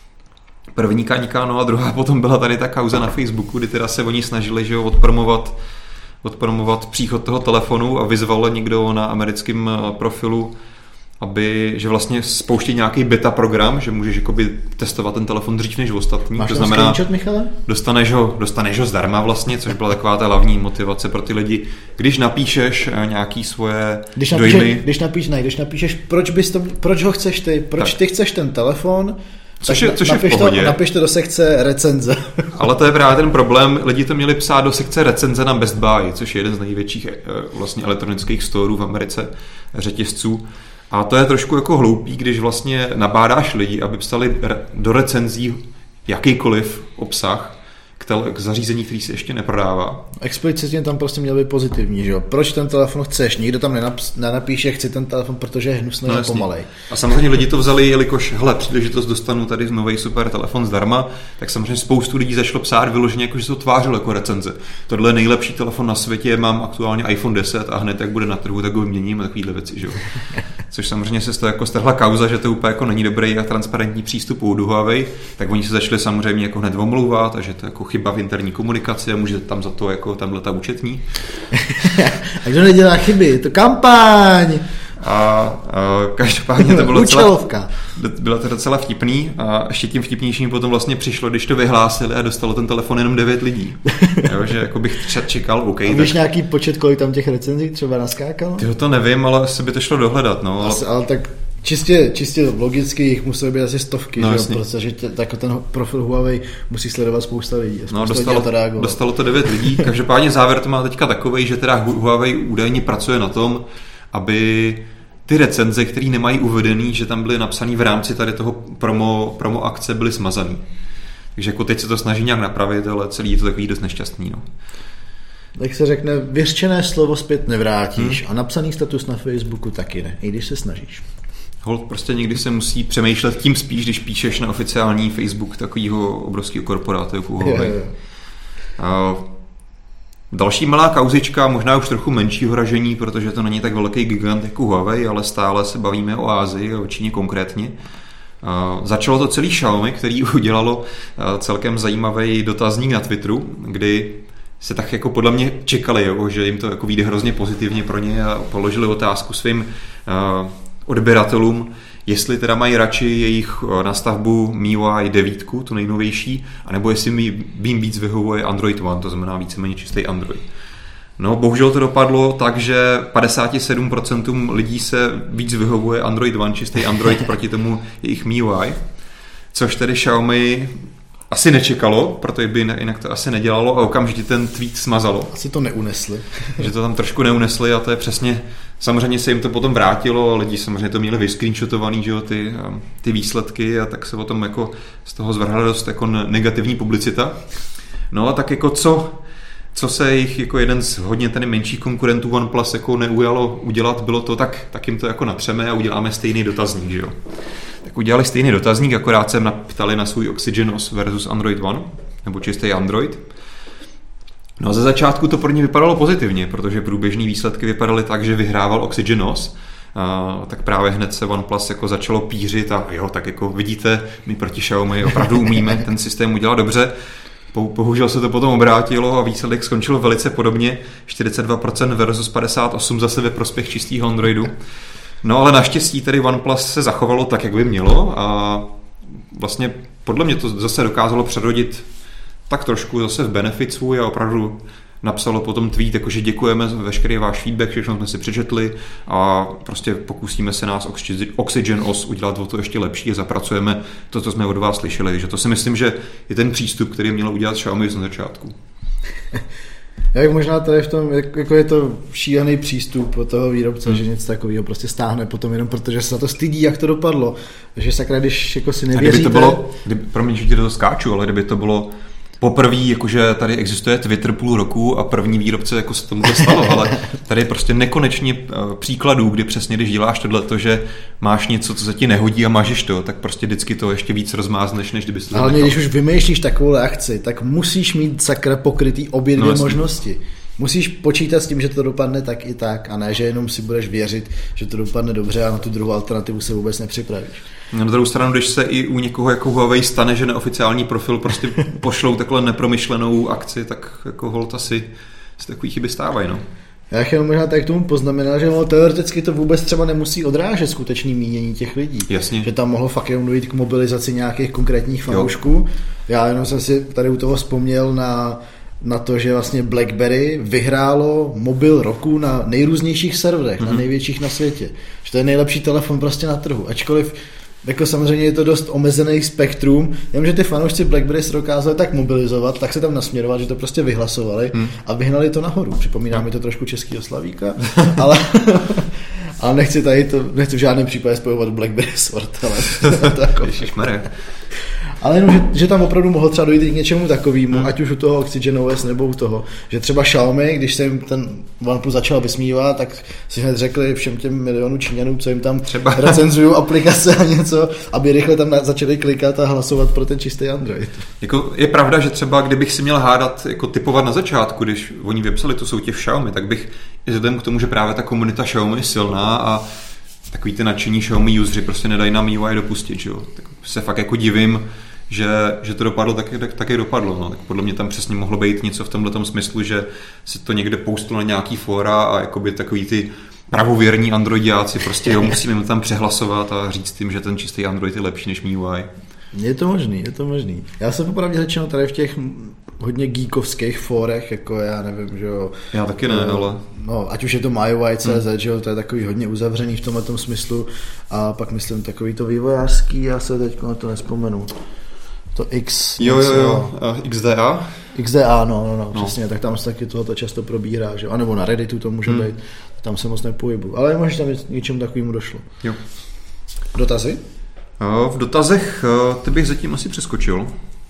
první kaňka, no a druhá potom byla tady ta kauza na Facebooku, kdy teda se oni snažili, že odpromovat, odpromovat příchod toho telefonu a vyzval někdo na americkém profilu, aby, že vlastně spouští nějaký beta program, že můžeš jakoby testovat ten telefon dřív než ostatní. Máš to znamená, screenshot, Michale? Dostaneš ho, dostaneš ho zdarma vlastně, což byla taková ta hlavní motivace pro ty lidi. Když napíšeš nějaký svoje když napíšeš, dojmy... Když napíš, ne, když napíšeš, proč, bys to, proč ho chceš ty, proč tak. ty chceš ten telefon, což tak je, což napiš, je v pohodě. To, napiš to do sekce recenze. Ale to je právě ten problém, lidi to měli psát do sekce recenze na Best Buy, což je jeden z největších vlastně elektronických storů v Americe, řetězců. A to je trošku jako hloupý, když vlastně nabádáš lidi, aby psali do recenzí jakýkoliv obsah k, tele, k zařízení, který se ještě neprodává. Explicitně tam prostě měl být pozitivní, že jo? Proč ten telefon chceš? Nikdo tam nenaps- nenapíše, chci ten telefon, protože je hnusný no, a pomalej. A samozřejmě lidi to vzali, jelikož, hele, příležitost dostanu tady nový super telefon zdarma, tak samozřejmě spoustu lidí začalo psát vyloženě, jako že se to tvářilo jako recenze. Tohle je nejlepší telefon na světě, mám aktuálně iPhone deset a hned jak bude na trhu, tak ho vyměním a takovýhle věci, že jo. Což samozřejmě se z toho jako strhla kauza, že to úplně jako není dobrý a transparentní přístup u Huawei, tak oni se začali samozřejmě jako hned omlouvat a že to jako chyba v interní komunikaci a můžete tam za to jako tamhle ta účetní. A kdo nedělá chyby? Je to kampaň! A, a každopádně to bylo docela, bylo to docela vtipný a ještě tím vtipnějším potom vlastně přišlo, když to vyhlásili a dostalo ten telefon jenom devět lidí. Jo, že jako bych čekal, OK. A víš tak... nějaký počet, kolik tam těch recenzí třeba naskákalo? Tyho to nevím, ale asi by to šlo dohledat. No, ale... Asi, ale tak čistě, čistě logicky jich musí být asi stovky, no, že? Protože tě, jako ten profil Huawei musí sledovat spousta lidí. Spousta no, dostalo, lidí to, dostalo to devět lidí, každopádně závěr to má teďka takovej, že teda Huawei údajně pracuje na tom, aby ty recenze, které nemají uvedený, že tam byly napsané v rámci tady toho promo, promo akce, byly smazaný. Takže jako teď se to snaží nějak napravit, ale celý je to takový dost nešťastný. No. Tak se řekne, vyřčené slovo zpět nevrátíš hmm. a napsaný status na Facebooku taky ne, i když se snažíš. Hold, prostě někdy se musí přemýšlet tím spíš, když píšeš na oficiální Facebook takovýho obrovského korporátu jako Huawei. Uh, Další malá kauzička, možná už trochu menšího ražení, protože to není tak velký gigant jako Huawei, ale stále se bavíme o Asii, o Číně konkrétně. Uh, začalo to celý Xiaomi, který udělalo uh, celkem zajímavý dotazník na Twitteru, kdy se tak jako podle mě čekali, jo, že jim to jako vyjde hrozně pozitivně pro ně a položili otázku svým uh, odběratelům, jestli teda mají radši jejich nastavbu M I U I devět, tu nejnovější, anebo jestli jim víc vyhovuje Android One, to znamená víceméně čistý Android. No, bohužel to dopadlo tak, že padesát sedm procent lidí se víc vyhovuje Android One, čistý Android proti tomu jejich M I U I, což tedy Xiaomi asi nečekalo, protože by jinak to asi nedělalo a okamžitě ten tweet smazalo. Asi to neunesli. Že to tam trošku neunesli a to je přesně, samozřejmě se jim to potom vrátilo a lidi samozřejmě to měli vyscreenshotovaný, že jo, ty, ty výsledky a tak se potom jako z toho zvrhla dost jako negativní publicita. No a tak jako co, co se jich jako jeden z hodně tady menších konkurentů OnePlus jako neujalo udělat, bylo to tak, tak jim to jako natřeme a uděláme stejný dotazník, že jo. Tak udělali stejný dotazník, akorát se ptali na svůj Oxygenos versus Android One, nebo čistý Android. No a ze začátku to pro ně vypadalo pozitivně, protože průběžný výsledky vypadaly tak, že vyhrával Oxygenos, a tak právě hned se OnePlus jako začalo pířit a jo, tak jako vidíte, my proti Xiaomi opravdu umíme ten systém udělat dobře. Bohužel se to potom obrátilo a výsledek skončil velice podobně, čtyřicet dva procent versus padesát osm procent zase ve prospěch čistého Androidu. No ale naštěstí tedy OnePlus se zachovalo tak, jak by mělo a vlastně podle mě to zase dokázalo přerodit tak trošku zase v benefit svůj a opravdu napsalo potom tweet, jakože děkujeme za veškerý váš feedback, všechno jsme si přečetli a prostě pokusíme se nás Oxygen O S udělat o to ještě lepší a zapracujeme to, co jsme od vás slyšeli. Takže to si myslím, že je ten přístup, který mělo udělat Xiaomi na začátku. Jak možná tady v tom, jako je to šílený přístup od toho výrobce, hmm. že něco takového prostě stáhne potom jenom protože se za to stydí, jak to dopadlo. Takže sakra, když jako si nevěříte... A kdyby to bylo, kdyby, promiň, že ti to skáču, ale kdyby to bylo poprvé, jakože tady existuje Twitter půl roku a první výrobce jako se tomu stalo, ale tady je prostě nekonečně příkladů, kdy přesně, když děláš tohleto, že máš něco, co se ti nehodí a mažeš to, tak prostě vždycky to ještě víc rozmázneš, než kdyby to ale když už vymýšlíš takovou akci, tak musíš mít sakra pokrytý obě dvě no, možnosti. Musíš počítat s tím, že to dopadne tak i tak a ne, že jenom si budeš věřit, že to dopadne dobře a na tu druhou alternativu se vůbec nepřipravíš. Na druhou stranu, když se i u někoho jako Huawei stane, že neoficiální profil prostě pošlou takhle nepromyšlenou akci, tak jako holt asi z takový chyby stávají, no. Já jenom možná tak k tomu poznamenal, že teoreticky to vůbec třeba nemusí odrážet skutečný mínění těch lidí. Jasně. Že tam mohlo fakt jenom dojít k mobilizaci nějakých konkrétních fanoušků. Já jenom jsem si tady u toho vzpomněl na, na to, že vlastně BlackBerry vyhrálo mobil roku na nejrůznějších serverech, mm-hmm. na největších na světě. Že to je nejlepší telefon prostě na trhu. Ačkoliv jako samozřejmě je to dost omezený spektrum, jenomže ty fanoušci BlackBerry se dokázali tak mobilizovat, tak se tam nasměrovat, že to prostě vyhlasovali hmm. a vyhnali to nahoru. Připomíná mi to trošku českýho Slavíka, ale, ale nechci tady to, nechci v žádném případě spojovat BlackBerry s Ortelem. Ale jenom, že, že tam opravdu mohlo třeba dojít k něčemu takovému, hmm. ať už u toho Oxygen O S nebo u toho, že třeba Xiaomi, když se jim ten OnePlus začal vysmívat, tak si hned řekli všem těm milionů Číňanů, co jim tam třeba recenzují aplikace a něco, aby rychle tam začali klikat a hlasovat pro ten čistý Android. Jako je pravda, že třeba kdybych si měl hádat, jako typovat na začátku, když oni vypsali tu soutěž Xiaomi, tak bych i vzhledem k tomu, že právě ta komunita Xiaomi je silná a takový ty nadšení Xiaomi useři prostě nedají na M I U I dopustit, že jo. Tak se fakt jako divím, že, že to dopadlo tak, tak, taky dopadlo. No. Tak podle mě tam přesně mohlo být něco v tomhletom smyslu, že se to někde postlo na nějaký fóra a jakoby takový ty pravověrní androidiáci prostě jo, musíme tam přehlasovat a říct tím, že ten čistý Android je lepší než M I U I. Je to možný, je to možný. Já jsem popravdě řečeno tady v těch hodně geekovských fórech, jako já nevím, že jo. Já taky ne, no, ale... No, ať už je to M I U I tečka cé zet, hmm. že jo, to je takový hodně uzavřený v tomhletom smyslu a pak myslím takový to vývojářský, já se teď na to nespomenu. To X... Jo, jo, jo, X D A? X D A, no, no, no, no, přesně, tak tam se taky tohoto často probírá, že jo, anebo na Redditu to může hmm. být, tam se moc nepohybu, ale možná tam něčemu takovému došlo. Jo. Dotazy? V dotazech ty bych zatím asi přeskočil.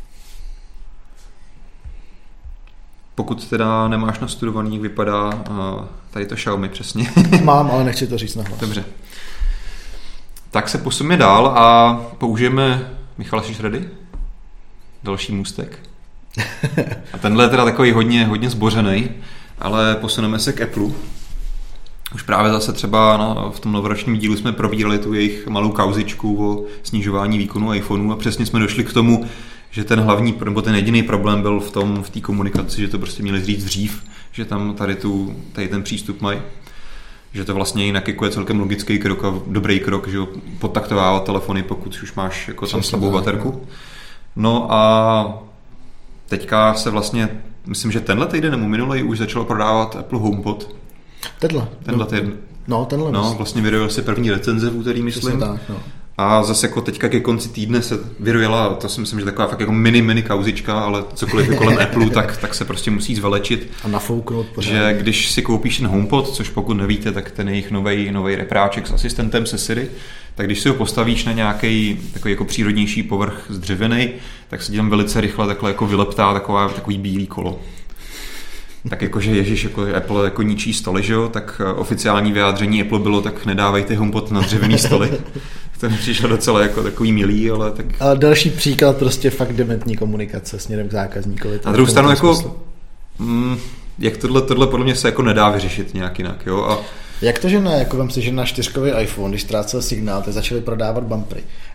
Pokud teda nemáš nastudovaný, jak vypadá tady to Xiaomi přesně. Mám, ale nechci to říct nahlas. Dobře. Tak se posuneme dál a použijeme... Michal, jsi ready? Další můstek. A tenhle je teda takový hodně, hodně zbořený, ale posuneme se k Apple. Už právě zase třeba na, v tom novoročním dílu jsme probírali tu jejich malou kauzičku o snižování výkonu iPhoneu a přesně jsme došli k tomu, že ten hlavní, nebo ten jediný problém byl v tom, v té komunikaci, že to prostě měli říct dřív, že tam tady, tu, tady ten přístup mají. Že to vlastně jinak jako je celkem logický krok a dobrý krok, že podtaktovávat telefony, pokud už máš jako tam slabou baterku. No a teďka se vlastně, myslím, že tenhle týden nebo minulej už začalo prodávat Apple HomePod. Tenhle. Tenhle týden. No, tenhle. No, vlastně vyrojil se první recenze v úterý, myslím. Tak, no. A zase jako teďka ke konci týdne se vyrojila, to si myslím, že taková fakt jako mini, mini kauzička, ale cokoliv je kolem Apple, tak, tak se prostě musí zvelečit. A nafouknout pořád. Že když si koupíš ten HomePod, což pokud nevíte, tak ten jejich novej, novej repráček s asistentem se Siri, tak když si ho postavíš na nějaký takový jako přírodnější povrch z dřeviny, tak se tam velice rychle takhle jako vyleptá taková, takový bílý kolo. Tak jakože ježiš, jako Apple jako ničí stoly, že jo, tak oficiální vyjádření Apple bylo, tak nedávejte HomePod na dřevěný stoly. To mi přišlo docela jako takový milý, ale tak... A další příklad prostě fakt dementní komunikace směrem k zákazníkovi. Na druhou stranu jako, mm, jak tohle, tohle podle mě se jako nedá vyřešit nějak jinak, jo, a... Jak to, že ne, jako vem si, že na čtyřkový iPhone, když ztrácel signál, tak začali prodávat bumpery.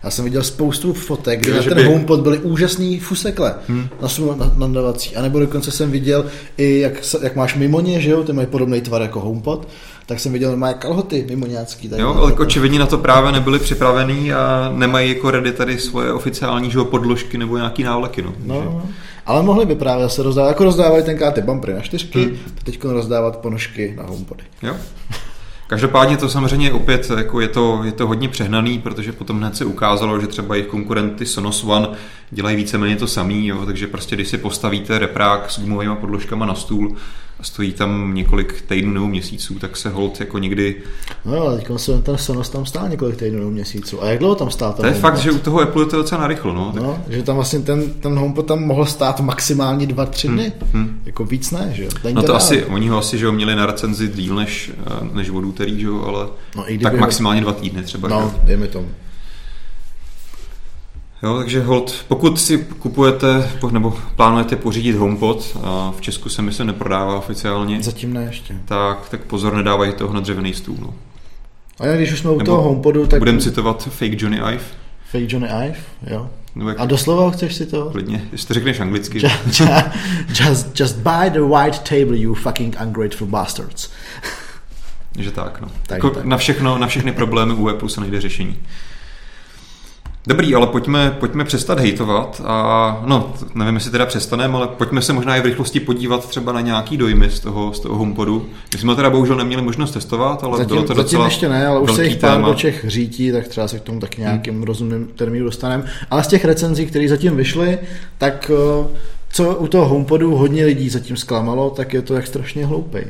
Já jsem viděl spoustu fotek, kde na ten by... HomePod byly úžasný fusekle hmm. nadavací. A nebo dokonce jsem viděl i jak, jak máš mimoně, že jo, ty mají podobný tvar jako HomePod, tak jsem viděl, mají kalhoty mimoňácký. Jo, ale očividně na to právě nebyli připravený a nemají jako ready tady svoje oficiální, že jo, podložky nebo nějaký návleky, no. no, no. Ale mohli by právě se rozdávat, jako rozdávali tenkrát ty bumpery na čtyřky, hmm. teď rozdávat ponožky na HomePody. Jo. Každopádně to samozřejmě opět jako je, to, je to hodně přehnaný, protože potom hned se ukázalo, že třeba jejich konkurenty Sonos One dělají víceméně to samý, jo, takže prostě když si postavíte reprák s gumovými podložkama na stůl a stojí tam několik týdnů nebo měsíců, tak se hold jako někdy... No jo, ale teď se ten Sonos tam stál několik týdnů nebo měsíců. A jak dlouho tam stál? To je fakt, že u toho Apple je to docela narychlo, no. Tak... no že tam vlastně ten, ten HomePod tam mohl stát maximálně dva, tři dny. Hmm, hmm. Jako víc ne, že jo? No to asi, oni ho asi, že ho měli na recenzi díl než, než od úterý, že jo, ale no, tak maximálně dva týdny třeba. No, dejme tomu. Jo, takže hold, pokud si kupujete nebo plánujete pořídit HomePod, a v Česku se myslím neprodává oficiálně. Zatím ne ještě. Tak, tak pozor, nedávají toho na dřevěný stůl. No. A já, když už jsme u toho HomePodu, tak... Budeme citovat Fake Johnny Ive. Fake Johnny Ive, jo. No, jak... A doslova chceš si to? Klidně, jestli to řekneš anglicky. Just, just, just buy the white table, you fucking ungrateful bastards. Že tak, no. Tak, jako tak. Na, všechno, na všechny problémy u Apple se najde řešení. Dobrý, ale pojďme, pojďme přestat hejtovat a no, nevím, jestli teda přestaneme, ale pojďme se možná i v rychlosti podívat třeba na nějaký dojmy z toho, z toho HomePodu. My jsme teda bohužel neměli možnost testovat, ale zatím, bylo to docela ještě ne, ale už se jich pár do Čech řítí, tak třeba se k tomu taky nějakým hmm. rozumným termínu dostaneme. Ale z těch recenzí, které zatím vyšly, tak co u toho HomePodu hodně lidí zatím zklamalo, tak je to jak strašně hloupej.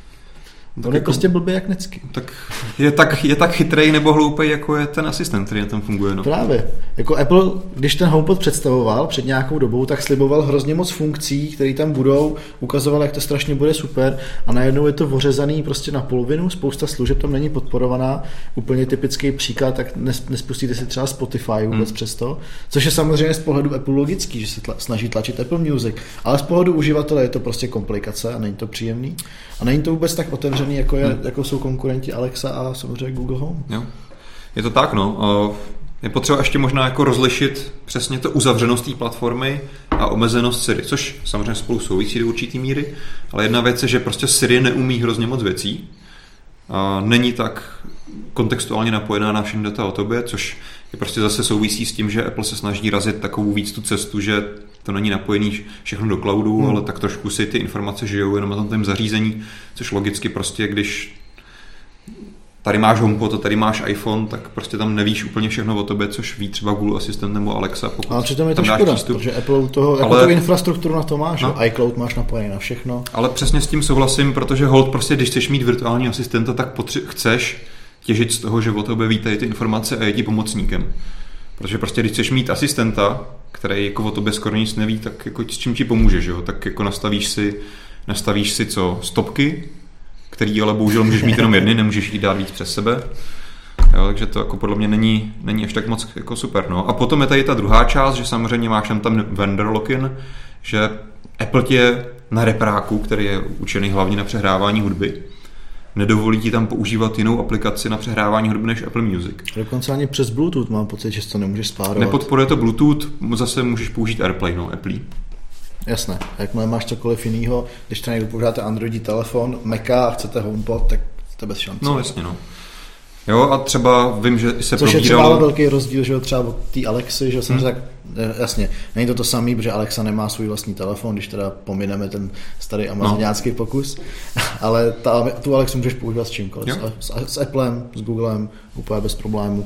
To je jako, prostě blbý jak necky. Tak je, tak je tak chytrej nebo hloupej, jako je ten asistent, který na tom funguje. No. Právě. Jako Apple, když ten HomePod představoval před nějakou dobou, tak sliboval hrozně moc funkcí, které tam budou, ukazoval, jak to strašně bude super a najednou je to ořezaný prostě na polovinu, spousta služeb tam není podporovaná. Úplně typický příklad, tak nespustíte si třeba Spotify vůbec hmm. přesto, což je samozřejmě z pohledu Apple logický, že se tla, snaží tlačit Apple Music, ale z pohledu uživatele je to prostě komplikace a není to příjemný. A není to vůbec tak otevřený, jako, je, hmm. jako jsou konkurenti Alexa a samozřejmě Google Home. Jo. Je to tak, no. Je potřeba ještě možná jako rozlišit přesně to uzavřenost té platformy a omezenost Siri, což samozřejmě spolu souvisí do určitý míry, ale jedna věc je, že prostě Siri neumí hrozně moc věcí. A není tak kontextuálně napojená na všechny data o tobě, což je prostě zase souvisí s tím, že Apple se snaží razit takovou víc tu cestu, že to není napojený všechno do cloudu, hmm. ale tak trošku si ty informace žijou jenom na tom tém zařízení, což logicky prostě, když tady máš HomePod a tady máš iPhone, tak prostě tam nevíš úplně všechno o tobě, což ví třeba Google Assistant nebo Alexa, pokud ale přitom je to škoda, protože Apple toho, jako ale, tu infrastrukturu na to máš, no, iCloud máš napojený na všechno. Ale přesně s tím souhlasím, protože hold prostě, když chceš mít virtuální asistenta, tak potře- chceš těžit z toho, že o tobě ví tady ty informace a je ti pomocníkem. Protože prostě, když chceš mít asistenta, který jako o tobě skoro nic neví, tak jako s čím ti pomůže, že jo? Tak jako nastavíš si, nastavíš si co? Stopky, který ale bohužel můžeš mít jenom jedny, nemůžeš jít dát víc přes sebe. Jo, takže to jako podle mě není, není až tak moc jako super. No. A potom je tady ta druhá část, že samozřejmě máš tam tam vendor lock-in, že Apple tě na repráku, který je určený hlavně na přehrávání hudby, nedovolí ti tam používat jinou aplikaci na přehrávání hudby než Apple Music. Dokonce ani přes Bluetooth mám pocit, že to nemůžeš spárovat. Nepodporuje to Bluetooth, zase můžeš použít AirPlay, no, Apple. Jasné, jakmile máš cokoliv jinýho, když to někdo používáte Androidí telefon, Maca a chcete HomePod, tak to bez šance. No jasně, no. Jo, a třeba vím, že se což probíralo... je třeba velký rozdíl, že třeba od té Alexy, že jsem hmm. řekl, jasně, není to to samý, protože Alexa nemá svůj vlastní telefon, když teda pomineme ten starý amazoniácký no. pokus, ale ta, tu Alexu můžeš používat s čímkoliv, s, s Applem, s Googlem, úplně bez problémů.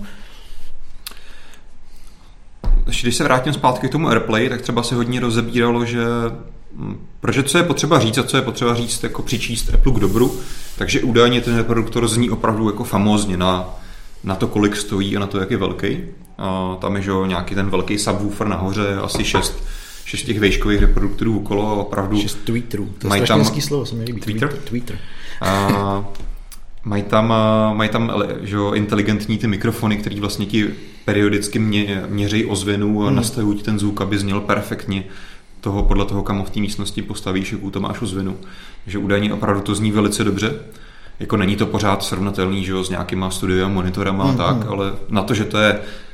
Když se vrátím zpátky k tomu AirPlay, tak třeba se hodně rozebíralo, že protože co je potřeba říct a co je potřeba říct, jako přičíst Apple k dobru, takže údajně ten reproduktor zní opravdu jako famózně na, na to, kolik stojí a na to, jak je velký. A tam je že, nějaký ten velký subwoofer nahoře, asi šest, šest těch vejškových reproduktorů okolo a opravdu... Šest tweeterů, to je strašně tam, hezký slovo, se mi líbí. Twitter? Twitter. A, mají tam, mají tam že, inteligentní ty mikrofony, které vlastně ti periodicky mě, měří ozvěnu a hmm. nastavují ten zvuk, aby zněl perfektně toho, podle toho, kam v té místnosti postavíš, jakou to máš ozvěnu. Takže údajně opravdu to zní velice dobře. Jako není to pořád srovnatelný, že jo, s nějakýma studiovými monitorama hmm. a tak, ale na to, že to je v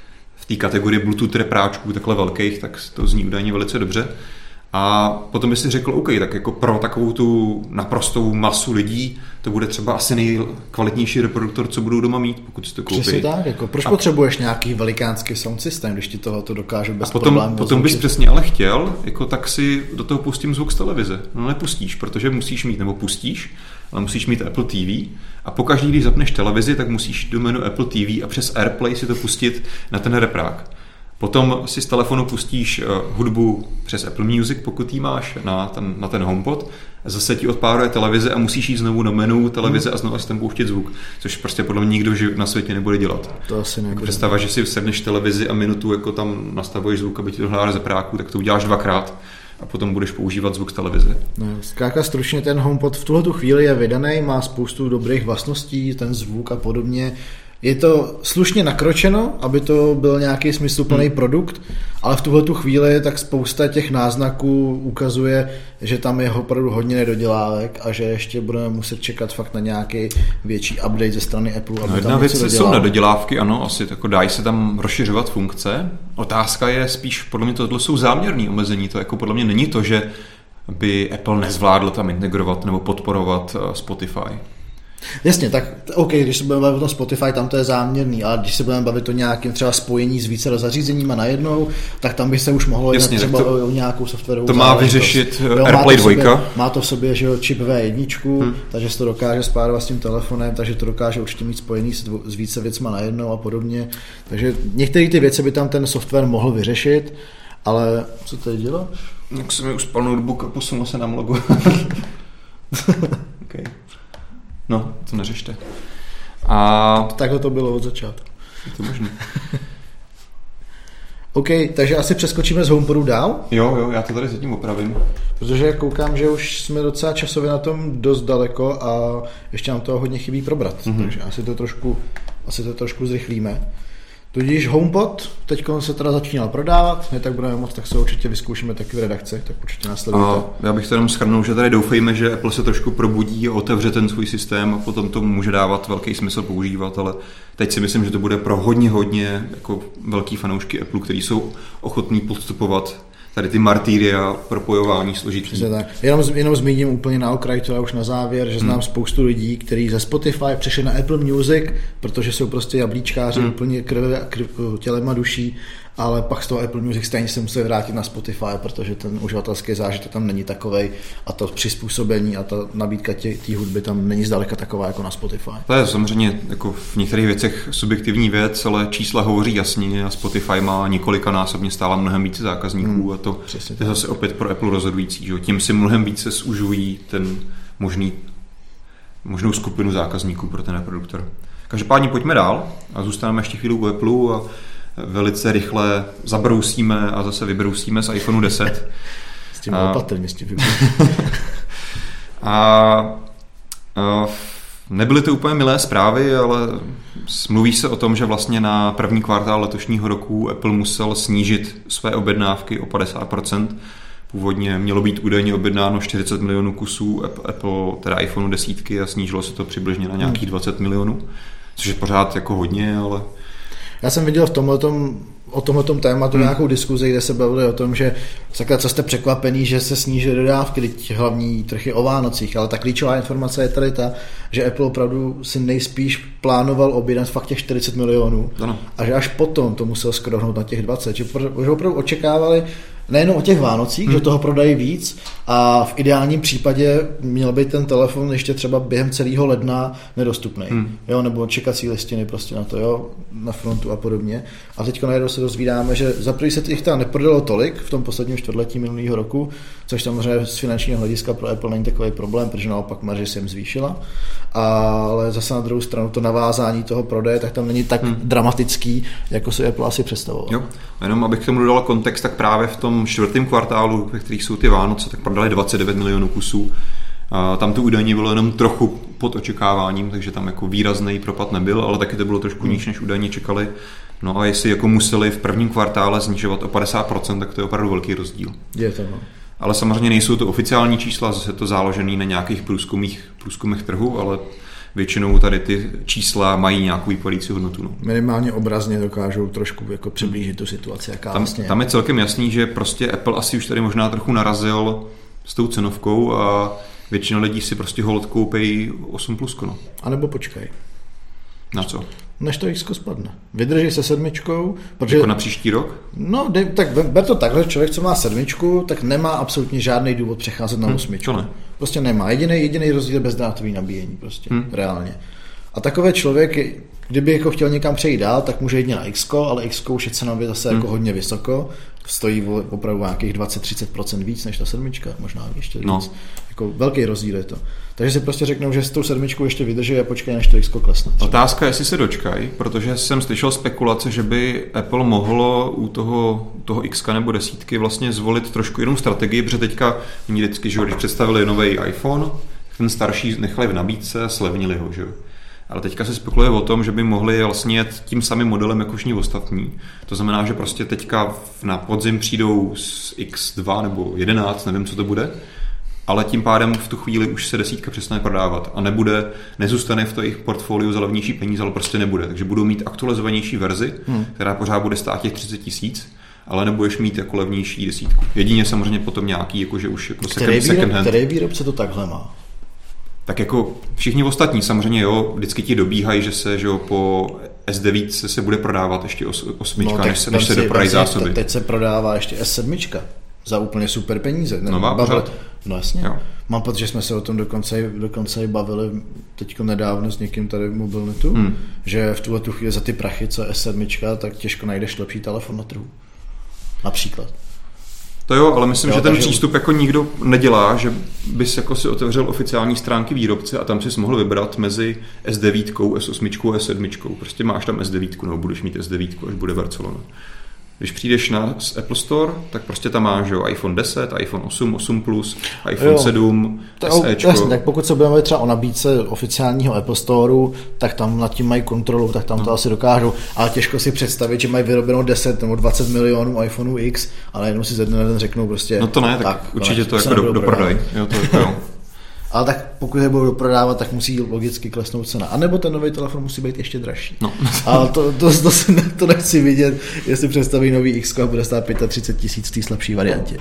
té kategorii Bluetooth repráčků takhle velkých, tak to zní údajně velice dobře. A potom by si řekl, OK, tak jako pro takovou tu naprostou masu lidí to bude třeba asi nejkvalitnější reproduktor, co budou doma mít, pokud si to koupí. Přesně tak, jako proč a potřebuješ nějaký velikánský sound systém, když ti tohle to dokáže bez a potom, problémů potom bys přesně ale chtěl, jako tak si do toho pustím zvuk z televize. No nepustíš, protože musíš mít, nebo pustíš, ale musíš mít Apple T V a pokaždý, když zapneš televizi, tak musíš do menu Apple T V a přes AirPlay si to pustit na ten reprák. Potom si z telefonu pustíš hudbu přes Apple Music, pokud ji máš na ten, na ten HomePod. Zase ti odpáruje televize a musíš jít znovu do menu televize hmm. a znovu si tam pouštět zvuk. Což prostě podle mě nikdo na světě nebude dělat. To asi nebude. Představa, že si sedneš televizi a minutu jako tam nastavuješ zvuk, aby ti to hledal ze práku, tak to uděláš dvakrát a potom budeš používat zvuk z televize. No, zkrátka stručně ten HomePod v tuhletu chvíli je vydaný, má spoustu dobrých vlastností, ten zvuk a podobně. Je to slušně nakročeno, aby to byl nějaký smysluplný hmm. produkt, ale v tuhletu chvíli tak spousta těch náznaků ukazuje, že tam je opravdu hodně nedodělávek a že ještě budeme muset čekat fakt na nějaký větší update ze strany Apple. Aby no, jedna tam věc jsou nedodělávky, ano, asi jako dají se tam rozšiřovat funkce. Otázka je spíš, podle mě tohle jsou záměrné omezení, to jako podle mě není to, že by Apple nezvládl tam integrovat nebo podporovat Spotify. Jasně, tak OK, když se budeme bavit o tom Spotify, tam to je záměrný, ale když se budeme bavit o nějakém třeba spojení s více zařízeníma najednou, tak tam by se už mohlo jít třeba to, o nějakou softwarovou to má vyřešit AirPlay dva. Má to v sobě, že jo, čip V jedna, hmm. takže se to dokáže spárovat s tím telefonem, takže to dokáže určitě mít spojený s, dvo, s více věcma najednou a podobně. Takže některé ty věci by tam ten software mohl vyřešit, ale co tady děláš? Jak se mi uspal notebook a posunul se nám logo. Okay. No, to neřešte. A... Takhle to bylo od začátku. Je to možné. OK, takže asi přeskočíme z HomePodu dál? Jo, jo, já to tady zatím opravím. Protože koukám, že už jsme docela časově na tom dost daleko a ještě nám toho hodně chybí probrat. Mm-hmm. Takže asi to trošku, asi to trošku zrychlíme. Tudíž HomePod, teď se teda začínal prodávat, ne tak budeme moc, tak se určitě vyzkoušíme taky v redakci, tak určitě následujte. A já bych to jenom shrnul, že tady doufejme, že Apple se trošku probudí a otevře ten svůj systém a potom to může dávat velký smysl používat, ale teď si myslím, že to bude pro hodně, hodně jako velký fanoušky Apple, kteří jsou ochotní podstupovat tady ty martýria, propojování složitý. Jenom, jenom zmíním úplně na okraj, to už na závěr, že znám hmm. spoustu lidí, kteří ze Spotify přešli na Apple Music, protože jsou prostě jablíčkáři hmm. úplně krve, krv, tělem a duší, ale pak z toho Apple Music stejně se musí vrátit na Spotify, protože ten uživatelský zážitek tam není takovej a to přizpůsobení a ta nabídka té hudby tam není zdaleka taková jako na Spotify. To je samozřejmě jako v některých věcech subjektivní věc, ale čísla hovoří jasně a Spotify má několikanásobně stále mnohem více zákazníků hmm, a to je zase opět pro Apple rozhodující. Že? Tím si mnohem více zužují ten možný, možnou skupinu zákazníků pro ten reproduktor. Každopádně pojďme dál a zůstaneme ještě chvíli u Apple a velice rychle zabrousíme a zase vybrousíme z iPhone deset. S tím opatrně s tím a, a nebyly to úplně milé zprávy, ale mluví se o tom, že vlastně na první kvartál letošního roku Apple musel snížit své objednávky o padesát procent. Původně mělo být údajně objednáno čtyřicet milionů kusů Apple, teda iPhone deset a snížilo se to přibližně na nějakých dvacet milionů, což je pořád jako hodně, ale... Já jsem viděl v tomhletom, o tomhletom tématu hmm. nějakou diskuzi, kde se bavili o tom, že sakra, co jste překvapený, že se snížily dodávky, teď hlavní trh je o Vánocích, ale ta klíčová informace je tady ta, že Apple opravdu si nejspíš plánoval objednat fakt těch čtyřicet milionů ano. a že až potom to musel skrohnout na těch dvacet, že opravdu očekávali nejenom o těch Vánocích, hmm. že toho prodají víc a v ideálním případě měl být ten telefon ještě třeba během celého ledna nedostupný, hmm. jo, nebo čekací listiny prostě na to, jo, na frontu a podobně. A teďka najednou se dozvídáme, že za první se těch teda neprodalo tolik v tom posledním čtvrtletí minulého roku, což samozřejmě z finančního hlediska pro Apple není takový problém, protože naopak marže se jim zvýšila, ale zase na druhou stranu to navázání toho prodeje, tak tam není tak hmm. dramatický, jako si Apple asi představoval. Jo, jenom abych k tomu dodal kontext, tak právě v tom čtvrtém kvartálu, ve kterých jsou ty Vánoce, tak prodali dvacet devět milionů kusů. A tam to údajně bylo jenom trochu pod očekáváním, takže tam jako výrazný propad nebyl, ale taky to bylo trošku níž, než údajně čekali. No a jestli jako museli v prvním kvartále snižovat o padesát procent, tak to je opravdu velký rozdíl. Je to, no. Ale samozřejmě nejsou to oficiální čísla, zase to záložený na nějakých průzkumích, průzkumech trhu, ale většinou tady ty čísla mají nějakou vypadající hodnotu. No. Minimálně obrazně dokážou trošku jako přiblížit tu situaci, jaká tam, vlastně je. Tam je celkem jasný, že prostě Apple asi už tady možná trochu narazil s tou cenovkou a většina lidí si prostě hold koupí osm plus. No. A nebo počkej. Na co? Než to X spadne. Vydrží se sedmičkou. Protože, jako na příští rok? No, de, tak ber to takhle, člověk, co má sedmičku, tak nemá absolutně žádný důvod přecházet na osmičku. Hmm, prostě nemá. Jediný, jediný rozdíl je bezdrátový nabíjení prostě, hmm. reálně. A takový člověk, kdyby jako chtěl někam přejít dál, tak může jít na X, ale X už je cenově zase hmm. jako hodně vysoko. Stojí opravdu nějakých dvacet až třicet procent víc než ta sedmička, možná ještě víc. No. Jako velký rozdíl je to. Takže si prostě řeknou, že s tou sedmičkou ještě vydrží a počkej, než to X klesne. Otázka, jestli se dočkají, protože jsem slyšel spekulace, že by Apple mohlo u toho, toho X nebo desítky vlastně zvolit trošku jinou strategii, protože teďka oni vždycky, že když představili nový iPhone, ten starší nechali v nabídce a slevnili ho, že jo. Ale teďka se spekuluje o tom, že by mohli vlastně jet tím samým modelem jako všichni ostatní. To znamená, že prostě teďka na podzim přijdou z X dva nebo jedenáct, nevím, co to bude, ale tím pádem v tu chvíli už se desítka přestane prodávat a nebude, nezůstane v to jejich portfoliu za levnější peníze, ale prostě nebude. Takže budou mít aktualizovanější verzi, hmm. která pořád bude stát těch třicet tisíc, ale nebudeš mít jako levnější desítku. Jedině samozřejmě potom nějaký, jakože už jako second, second hand. Který výrobce to takhle má? Tak jako všichni ostatní samozřejmě, jo, vždycky ti dobíhají, že se, že jo, po S devět se, se bude prodávat ještě os, osmička, no, než se, než se doprodají zásoby. Teď se prodává ještě S sedm za úplně super peníze. Nová pořád? No jasně. Jo. Mám pocit, že jsme se o tom dokonce, dokonce bavili teďko nedávno s někým tady v Mobilnetu, hmm. že v tuhle tu chvíli za ty prachy, co S sedm, tak těžko najdeš lepší telefon na trhu. Například. To jo, ale myslím, jo, že ten přístup jako nikdo nedělá, že bys jako si otevřel oficiální stránky výrobce a tam si mohl vybrat mezi S devět, S osm a S sedm. Prostě máš tam S devět, nebo budeš mít S devět, až bude Barcelona. Když přijdeš na Apple Store, tak prostě tam máš jo, iPhone deset, iPhone osm, osm plus, iPhone jo, sedm, SEčko. Jasně, tak pokud se budeme třeba o nabídce oficiálního Apple Storeu, tak tam nad tím mají kontrolu, tak tam no. to asi dokážou. Ale těžko si představit, že mají vyrobenou deset nebo dvacet milionů iPhoneů X, ale jenom si ze dne na den řeknou prostě... No to ne, tak, tak určitě to jako do, doprodaj. Jo, to jako jo. Ale tak pokud je budou prodávat, tak musí logicky klesnout cena. A nebo ten nový telefon musí být ještě dražší. No. Ale to, to, to, to, to nechci vidět, jestli představí nový X a bude stát třicet pět tisíc v té slabší variantě.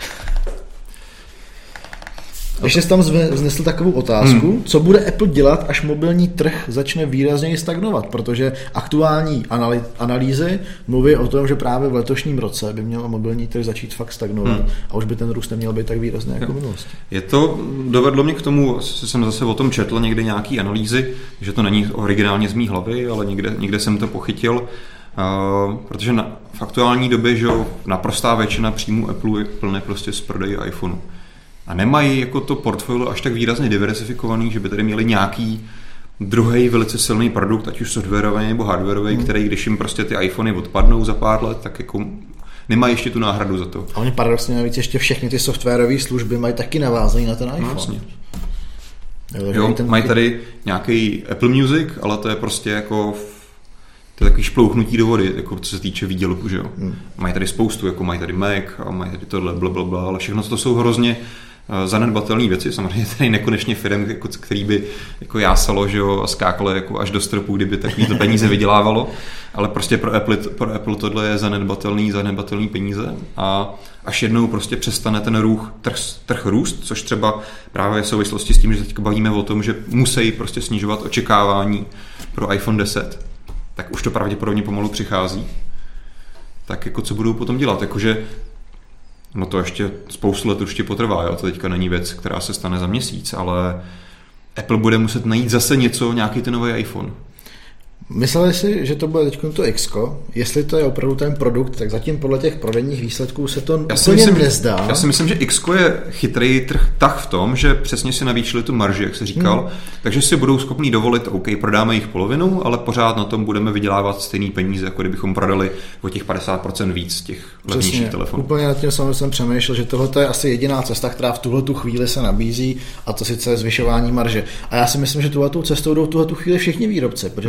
Ještě jsi tam vznesl takovou otázku, hmm. co bude Apple dělat, až mobilní trh začne výrazněji stagnovat, protože aktuální analýzy mluví o tom, že právě v letošním roce by měl mobilní trh začít fakt stagnovat hmm. a už by ten růst neměl být tak výrazný jako v minulosti. Je to, dovedlo mě k tomu, jsem zase o tom četl někde nějaký analýzy, že to není originálně z mý hlavy, ale někde, někde jsem to pochytil, uh, protože na, v aktuální době, že naprostá většina příjmů Apple je plné prostě z prodeje iPhoneu. A nemají jako to portfolio až tak výrazně diversifikovaný, že by tady měli nějaký druhý velice silný produkt, ať už softwarový nebo hardwarový, hmm. který když jim prostě ty iPhony odpadnou za pár let, tak jako nemají ještě tu náhradu za to. A oni paradoxně navíc ještě všechny ty softwarové služby mají taky navázaný na ten iPhone. No, vlastně. Jo, jo ten... mají tady nějaký Apple Music, ale to je prostě jako to je takový šplouchnutí do vody, jako co se týče výdělku, že jo. Hmm. Mají tady spoustu, jako mají tady Mac a mají tady tohle, blablabla, ale všechno to jsou hrozně uh, zanedbatelné věci. Samozřejmě tady nekonečně firm, jako, který by jako jásalo, že jo, a skákalo jako až do stropu, kdyby takovýto peníze vydělávalo, ale prostě pro Apple, pro Apple tohle je zanedbatelný, zanedbatelný peníze a až jednou prostě přestane ten růh, trh, trh růst, což třeba právě v souvislosti s tím, že teď bavíme o tom, že musí prostě snižovat očekávání pro iPhone deset. Tak už to pravděpodobně pomalu přichází. Tak jako co budou potom dělat? Jakože, no to ještě spoustu let určitě potrvá, jo? To teďka není věc, která se stane za měsíc, ale Apple bude muset najít zase něco, nějaký ten nový iPhone. Mysleli si, že to bude teď to X, jestli to je opravdu ten produkt, tak zatím podle těch prodejních výsledků se to já úplně myslím, nezdá. Já si myslím, že X je chytrý trh tak v tom, že přesně si navýšili tu marži, jak se říkal, hmm. takže si budou schopní dovolit, OK, prodáme jich polovinu, ale pořád na tom budeme vydělávat stejný peníze, jako kdybychom prodali o těch padesát procent víc těch levnějších telefonů. Úplně nad tím samozřejmě jsem přemýšlel, že tohle je asi jediná cesta, která v tuhle tu chvíli se nabízí, a to sice zvyšování marže. A já si myslím, že tuhle cestou jdou v tuhle tu chvíli všichni výrobci, protože hmm. si všimni,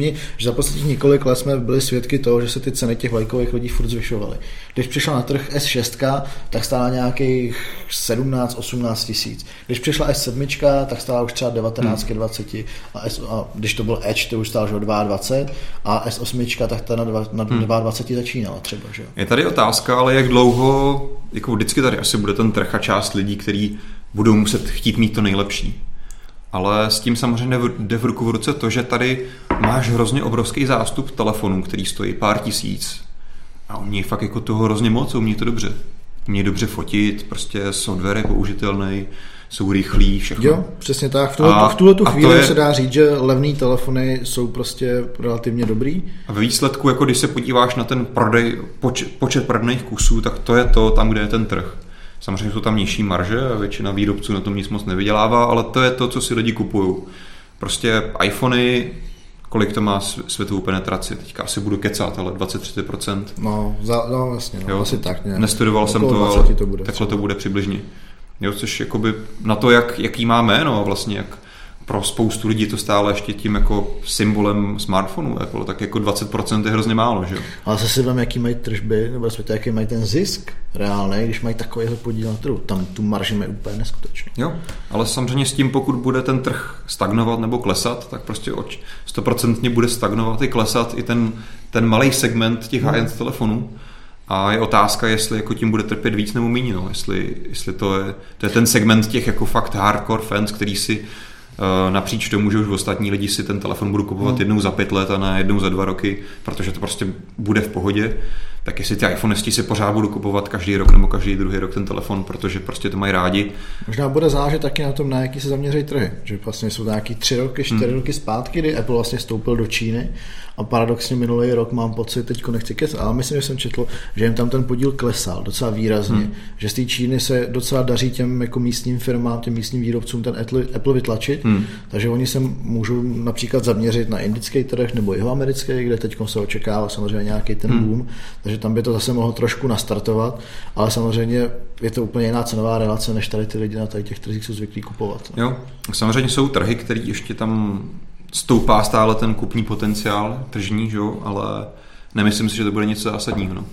zmínit, že za posledních několik let jsme byli svědky toho, že se ty ceny těch vlajkových lodí furt zvyšovaly. Když přišla na trh S šest, tak stála nějakých sedmnáct osmnáct tisíc. Když přišla S sedm, tak stála už třeba devatenáct dvacet a, S, a když to byl Edge, to už stál že dvacet dva a S osm tak ta na, dva, na hmm. dvacet dva začínala třeba. Že? Je tady otázka, ale jak dlouho, jako vždycky tady asi bude ten trh a část lidí, který budou muset chtít mít to nejlepší. Ale s tím samozřejmě jde v ruku v ruce to, že tady máš hrozně obrovský zástup telefonů, který stojí pár tisíc a umí fakt jako toho hrozně moc, umí to dobře. Umí dobře fotit, prostě software je použitelný, jsou rychlí, všechno. Jo, přesně tak. V tuhle, v tuhle tu chvíli je, se dá říct, že levný telefony jsou prostě relativně dobrý. A ve výsledku, jako když se podíváš na ten prodej, počet, počet prodejných kusů, tak to je to tam, kde je ten trh. Samozřejmě jsou tam nižší marže a většina výrobců na tom nic moc nevydělává, ale to je to, co si lidi kupují. Prostě iPhony, kolik to má světovou penetraci, teďka asi budu kecat, ale dvacet až třicet procent. No, za, no jasně, no, asi tak nějak. Nestudoval jsem to, ale to bude, takhle to bude přibližně. Jo, což jakoby na to, jak, jaký má jméno a vlastně jak pro spoustu lidí to stále ještě tím jako symbolem smartphonu Apple, tak jako dvacet procent je hrozně málo, že jo. Ale zase vám, jaký mají tržby, nebo respektive jaký mají ten zisk reálný, když mají takovýhle podíl na trhu, tam tu marži mají úplně neskutečnou. Jo, ale samozřejmě s tím, pokud bude ten trh stagnovat nebo klesat, tak prostě sto procent bude stagnovat i klesat i ten, ten malý segment těch high-end hmm. telefonů. A je otázka, jestli jako tím bude trpět víc nebo méně, no. jestli, jestli to, je, to je ten segment těch jako fakt hardcore fans, který si uh, napříč tomu, že už ostatní lidi si ten telefon budou kupovat hmm. jednou za pět let a ne jednou za dva roky, protože to prostě bude v pohodě, tak jestli ty iPhonesti si pořád budou kupovat každý rok nebo každý druhý rok ten telefon, protože prostě to mají rádi. Možná bude záležet taky na tom, na jaký se zaměří trhy, že vlastně jsou nějaký tři roky, čtyři hmm. roky zpátky, kdy Apple vlastně vstoupil do Číny. A paradoxně minulý rok mám pocit, teďko nechci kecat, ale myslím, že jsem četl, že jim tam ten podíl klesal docela výrazně, hmm. že z té Číny se docela daří těm jako místním firmám, těm místním výrobcům ten Apple, Apple vytlačit, hmm. takže oni se můžou například zaměřit na indický trh nebo jihoamerický, kde teďko se očekává samozřejmě nějaký ten hmm. boom, takže tam by to zase mohlo trošku nastartovat, ale samozřejmě je to úplně jiná cenová relace, než tady ty lidi na tady těch trzích jsou zvyklí kupovat. Jo, samozřejmě jsou trhy, které ještě tam stoupá stále ten kupní potenciál tržní, že? Ale nemyslím si, že to bude něco zásadního. No,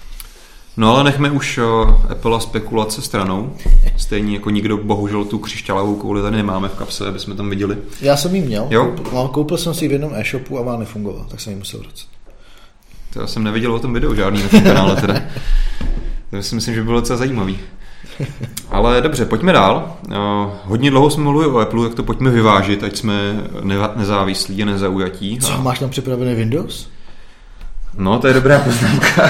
no ale nechme už Apple a spekulace stranou. Stejně jako nikdo bohužel tu křišťálovou kouli tady nemáme v kapse, aby jsme tam viděli. Já jsem ji měl, jo? Koupil, koupil jsem si ji v jednom e-shopu a vám nefungoval, tak jsem ji musel vracet. To já jsem neviděl o tom videu žádný na tom kanále teda. To si myslím, že bylo docela zajímavý. Ale dobře, pojďme dál. Uh, hodně dlouho jsme mluvili o Apple, tak to pojďme vyvážit, ať jsme neva- nezávislí a nezaujatí. Co, máš tam připravený Windows? No, to je dobrá poznámka.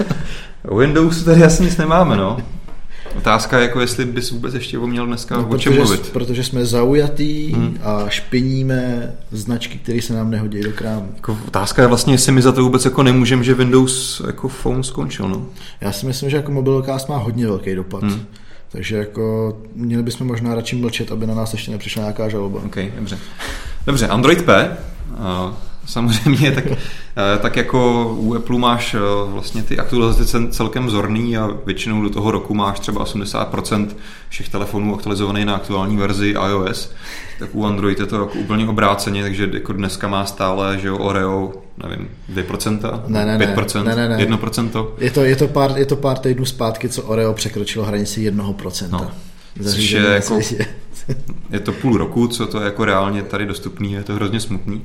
O Windowsu tady asi nic nemáme, no. Otázka je, jako jestli bys vůbec ještě měl dneska no, o čem mluvit. Protože jsme zaujatý hmm. a špiníme značky, které se nám nehodí do krámu. Jako otázka je vlastně, jestli my za to vůbec jako nemůžeme, že Windows jako phone skončil. No? Já si myslím, že jako mobilcast má hodně velký dopad. Hmm. Takže jako měli bychom možná radši mlčet, aby na nás ještě nepřišla nějaká žaloba. Ok, dobře. Dobře, Android P. Uh, samozřejmě tak, tak jako u Apple máš vlastně ty aktualizace celkem vzorný a většinou do toho roku máš třeba osmdesát procent všech telefonů aktualizovaných na aktuální verzi iOS, tak u Android je to jako úplně obráceně, takže jako dneska má stále, že jo, Oreo, nevím, dvě procenta, ne, ne, pět procent, ne, ne, ne. jedno procento. Je to, je to pár, je to pár týdnů zpátky, co Oreo překročilo hranici jednoho procenta. No. Což je, jako, je to půl roku, co to je jako reálně tady dostupný, je to hrozně smutný.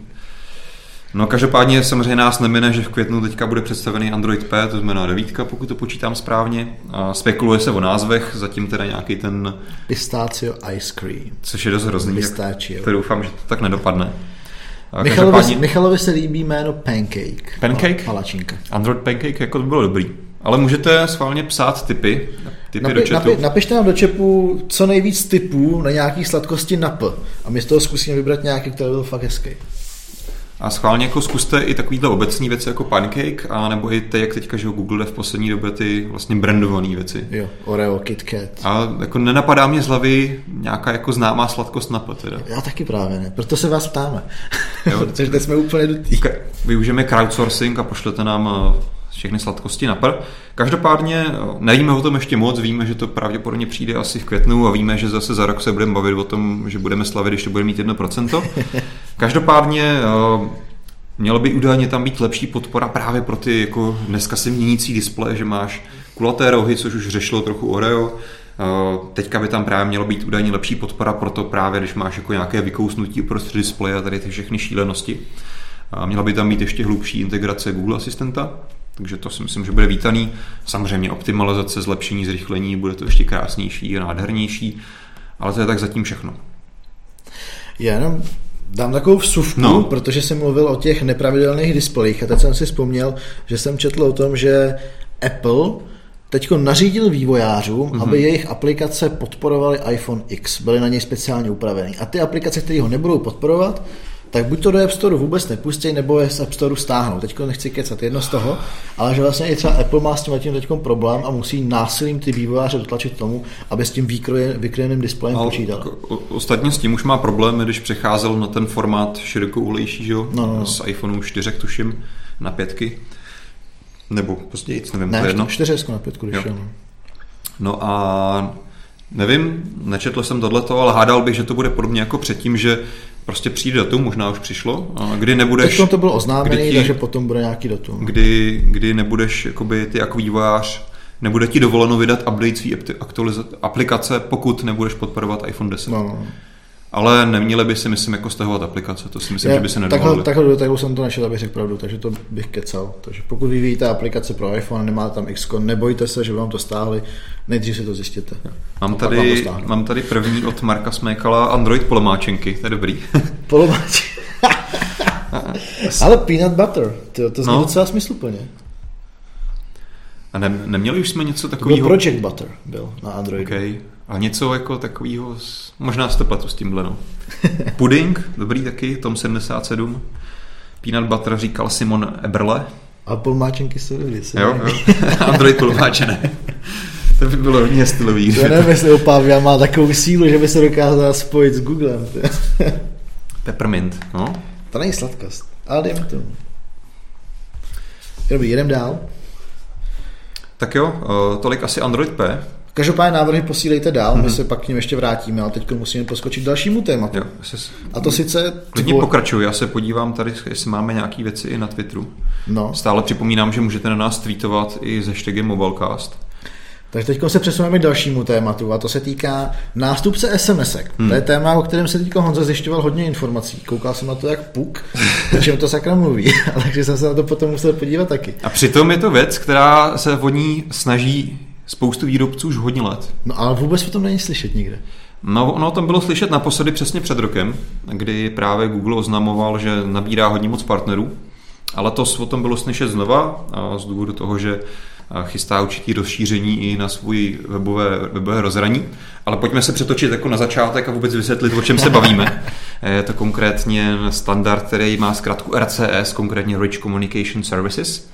No každopádně samozřejmě nás nemine, že v květnu teďka bude představený Android P, to znamená devítka, pokud to počítám správně. A spekuluje se o názvech, zatím teda nějaký ten... Pistachio ice cream. Což je dost hrozný, Pistachio. Tak doufám, že to tak nedopadne. Michalovi, každopádně... Michalovi se líbí jméno Pancake. Pancake? Palačinka. Android Pancake jako to bylo dobrý. Ale můžete schválně psát tipy, tipy napi, do chatu. Napi, napište nám do chatu co nejvíc tipů na nějaký sladkosti na P. A my z toho zkusíme vybrat nějaký, který byl fakt hezký. A schválně jako zkuste i takovýhle obecní věci jako Pancake, a nebo i ty, jak teďka, že Google jde v poslední době ty vlastně brandované věci. Jo, Oreo, KitKat. A jako nenapadá mě z hlavy nějaká jako známá sladkost na P teda. Já taky právě ne, proto se vás ptáme. Jo, takže teď jsme úplně dotý. Využijeme crowdsourcing a pošlete nám všechny sladkosti na P. Každopádně nevíme o tom ještě moc, víme, že to pravděpodobně přijde asi v květnu a víme, že zase za rok se budeme bavit o tom, že budeme slavit, když to bude mít jedno procento. Každopádně Mělo by údajně tam být lepší podpora právě pro ty jako dneska se měnící displeje, že máš kulaté rohy, což už řešilo trochu Oreo. Teďka by tam právě mělo být údajně lepší podpora pro to právě, když máš jako nějaké vykousnutí uprostřed displeje a tady ty všechny šílenosti. A měla by tam být ještě hlubší integrace Google Asistenta, takže to si myslím, že bude vítaný. Samozřejmě optimalizace, zlepšení, zrychlení, bude to ještě krásnější a nádhernější, ale to je tak zatím všechno. Já jenom dám takovou vsuvku, no. Protože jsem mluvil o těch nepravidelných displejích a teď jsem si vzpomněl, že jsem četl o tom, že Apple teďko nařídil vývojářům, mm-hmm. aby jejich aplikace podporovaly iPhone X, byly na něj speciálně upraveny. A ty aplikace, které ho nebudou podporovat, tak buď to do App Store vůbec nepustí, nebo je z App Store stáhnou. Teďko nechci kecat jedno z toho, ale že vlastně i třeba Apple má s tím letím teďkom problém a musí násilím ty vývojáře dotlačit tomu, aby s tím vykrojeným displejem počítal. Ostatně s tím už má problém, když přecházel na ten formát širokouhlejší, že jo? No, no, no. Z iPhoneu čtyři, tuším, na pětky. Nebo později, nevím, ne, to jedno. čtyři na pětku, když šel. No a nevím, nečetl jsem tohleto, ale hádal bych, že to bude podobně jako předtím, že prostě přijde datum, možná už přišlo, kdy nebudeš... Teď to bylo oznámený, takže potom bude nějaký datum. Kdy, kdy nebudeš, jakoby ty jako vývojář, nebude ti dovoleno vydat update svý aplikace, pokud nebudeš podporovat iPhone deset. No. Ale neměli by si, myslím, jako stahovat aplikace, to si myslím, je, že by se nedovolili. Takhle do detailu jsem to nešel, abych řekl pravdu, takže to bych kecal. Takže pokud vyvíjíte aplikace pro iPhone a nemáte tam X, nebojte se, že vám to stáhli, nejdřív si to zjistěte. Mám tady, mám tady první od Marka Smékala Android polomáčenky, to je dobrý. Polomáčenky. Ale peanut butter, to, to zní no. docela smysluplně. A ne, neměli už jsme něco takového? Project Butter byl na Androidu. Okay. A něco jako takového, možná jste pletu s tímhle, no. Pudding, dobrý taky, Tom sedmdesát sedm. Peanut butter říkal Simon Eberle. A polmáčenky jsou dobrý. Jo, jo. Android polmáčené. To by bylo hodně stylový. Já nevím, jestli Opavia má takovou sílu, že by se dokázal spojit s Googlem. Peppermint, no. To není sladkost, ale dejme tomu. Dobrý, jedem dál. Tak jo, tolik asi Android P. Každopádně návrhy posílejte dál, mm-hmm. my se pak k ním ještě vrátíme, ale teď musíme poskočit k dalšímu tématu. Jo, se... A to sice... Klidně tvoj... pokračuju, já se podívám tady, jestli máme nějaké věci i na Twitteru. No. Stále připomínám, že můžete na nás tweetovat i se hashtagem Mobilecast. Takže teď se přesuneme k dalšímu tématu a to se týká nástupce es em esek. Hmm. To je téma, o kterém se teď Honza zjišťoval hodně informací. Koukal jsem na to jak puk, o čem to sakra mluví, ale takže jsem se na to potom musel podívat taky. A přitom je to věc, která se o ní snaží spoustu výrobců už hodně let. No ale vůbec o tom není slyšet nikde. No, ono tam bylo slyšet naposledy přesně před rokem, kdy právě Google oznamoval, že nabírá hodně moc partnerů, ale letos o tom bylo slyšet znova a z důvodu toho, že chystá určitý rozšíření i na svůj webové, webové rozhraní. Ale pojďme se přetočit jako na začátek a vůbec vysvětlit, o čem se bavíme. Je to konkrétně standard, který má zkrátku R C S, konkrétně Rich Communication Services.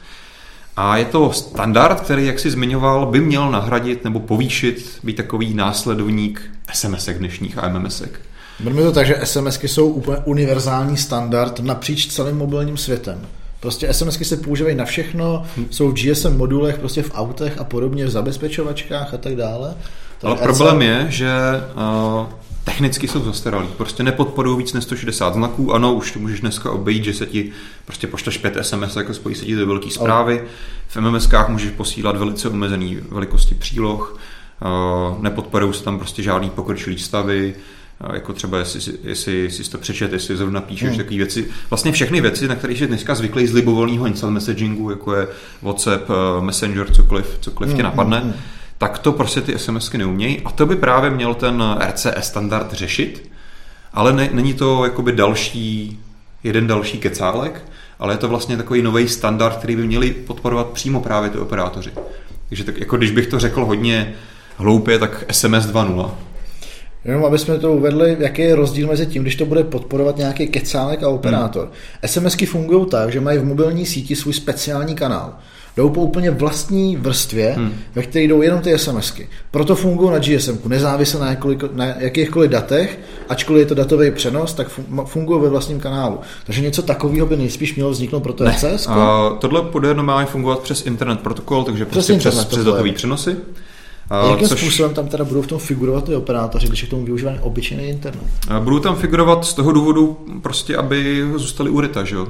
A je to standard, který, jak jsi zmiňoval, by měl nahradit nebo povýšit, být takový následovník SMSek dnešních a MMSek. Berme to tak, že SMSky jsou úplně univerzální standard napříč celým mobilním světem. Prostě SMSky se používají na všechno, hmm. jsou v G S M modulech, prostě v autech a podobně, v zabezpečovačkách a tak dále. Tak ale problém je, že uh, technicky jsou zastaralí. Prostě nepodporují víc než sto šedesát znaků. Ano, už to můžeš dneska obejít, že se ti prostě pošleš pět es em es, jako spojí se ti do velké zprávy. V MMSkách můžeš posílat velice omezený velikosti příloh. Uh, nepodporují se tam prostě žádný pokročilý stavy, jako třeba jestli, jestli si to přečet, jestli zrovna píšeš hmm. takové věci. Vlastně všechny věci, na které jsi dneska zvyklý z libovolného instant messagingu, jako je WhatsApp, Messenger, cokoliv, cokoliv hmm. tě napadne, hmm. tak to prostě ty SMSky neumějí a to by právě měl ten R C S standard řešit, ale ne, není to jakoby další, jeden další kecálek, ale je to vlastně takový nový standard, který by měli podporovat přímo právě ty operátoři. Takže tak, jako když bych to řekl hodně hloupě, tak S M S dva tečka nula. Jenom aby jsme to uvedli, jaký je rozdíl mezi tím, když to bude podporovat nějaký kecánek a operátor. Hmm. SMSky fungují tak, že mají v mobilní síti svůj speciální kanál. Jdou po úplně vlastní vrstvě, hmm. ve které jdou jenom ty SMSky. Proto fungují na G S M ku, nezávisle na, na jakýchkoliv datech, ačkoliv je to datový přenos, tak fungují ve vlastním kanálu. Takže něco takového by nejspíš mělo vzniknout pro to R C S. Tohle bude normálně fungovat přes internet protokol, takže prostě přes, přes, přes datové přenosy. A jakým což... způsobem tam teda budou v tom figurovat ty operátoři, když je k tomu využívaný obyčejný internet? Budou tam figurovat z toho důvodu prostě, aby zůstali u ryta, že jo?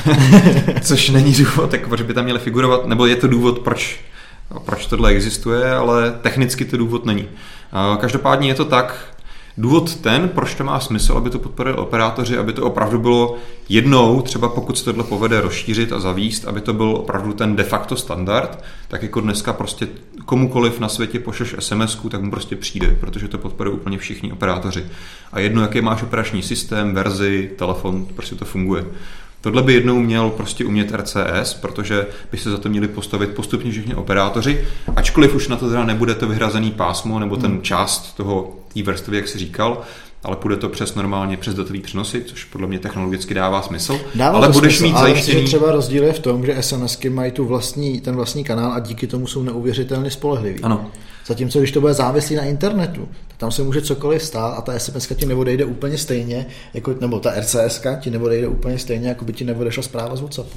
Což není důvod, tak proč by tam měli figurovat, nebo je to důvod, proč, proč tohle existuje, ale technicky to důvod není. Každopádně je to tak, důvod ten, proč to má smysl, aby to podporovali operátoři, aby to opravdu bylo jednou, třeba pokud se tohle povede rozšířit a zavíst, aby to byl opravdu ten de facto standard, tak jako dneska prostě komukoliv na světě pošleš es em esku, tak mu prostě přijde, protože to podporují úplně všichni operátoři. A jedno, jaký máš operační systém, verzi, telefon, prostě to funguje. Tohle by jednou měl prostě umět R C S, protože by se za to měli postavit postupně všichni operátoři, ačkoliv už na to teda nebude to vyhrazený pásmo nebo ten část toho té vrstvy, jak jsi říkal, ale půjde to přes normálně přes datový přenosy, což podle mě technologicky dává smysl. Dává ale budeš smysl, mít ale zajištěný... Ale třeba rozdíl je v tom, že SMSky mají tu vlastní, ten vlastní kanál a díky tomu jsou neuvěřitelně spolehlivý. Ano. Zatímco, když to bude závislý na internetu, tak tam se může cokoliv stát a ta SMSka ti neodejde úplně stejně, jako, nebo ta RCSka ti neodejde úplně stejně, jako by ti neodešla zpráva z WhatsAppu.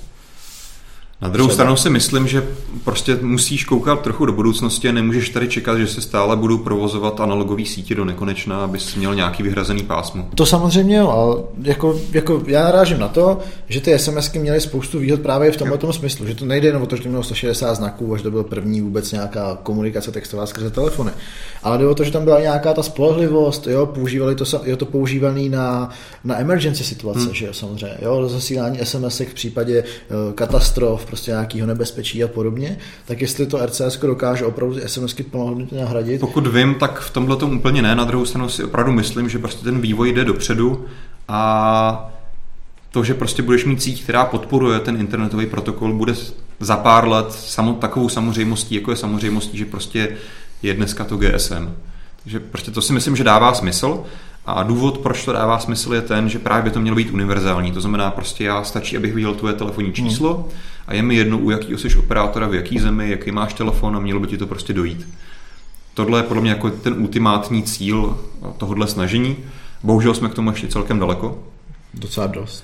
Na druhou stranu si myslím, že prostě musíš koukat trochu do budoucnosti a nemůžeš tady čekat, že se stále budou provozovat analogové sítě do nekonečna, abys měl nějaký vyhrazený pásmo. To samozřejmě jo, ale jako, jako já narážím na to, že ty SMSky měly spoustu výhod právě v tomhle smyslu, že to nejde jenom o to, že to mělo sto šedesát znaků, až to byl první vůbec nějaká komunikace textová skrze telefony, ale jde o to, že tam byla nějaká ta spolehlivost, jo, používali to, jo, to používaný na, na emergency situace, hmm. že jo, samozřejmě, jo, rozesílání SMSek v případě uh, katastrof, prostě nějakého nebezpečí a podobně, tak jestli to R C S dokáže opravdu ty SMSky plnohodnotně nahradit. Pokud vím, tak v tomhle tom úplně ne, na druhou stranu si opravdu myslím, že prostě ten vývoj jde dopředu a to, že prostě budeš mít síť, která podporuje ten internetový protokol, bude za pár let samo, takovou samozřejmostí, jako je samozřejmostí, že prostě je dneska to G S M. Takže prostě to si myslím, že dává smysl. A důvod, proč to dává smysl, je ten, že právě by to mělo být univerzální. To znamená, prostě já stačí, abych viděl tvoje telefonní číslo hmm. a je mi jedno, u jakýho jsi operátora, v jaký zemi, jaký máš telefon a mělo by ti to prostě dojít. Tohle je podle mě jako ten ultimátní cíl tohohle snažení. Bohužel jsme k tomu ještě celkem daleko. Docela dost.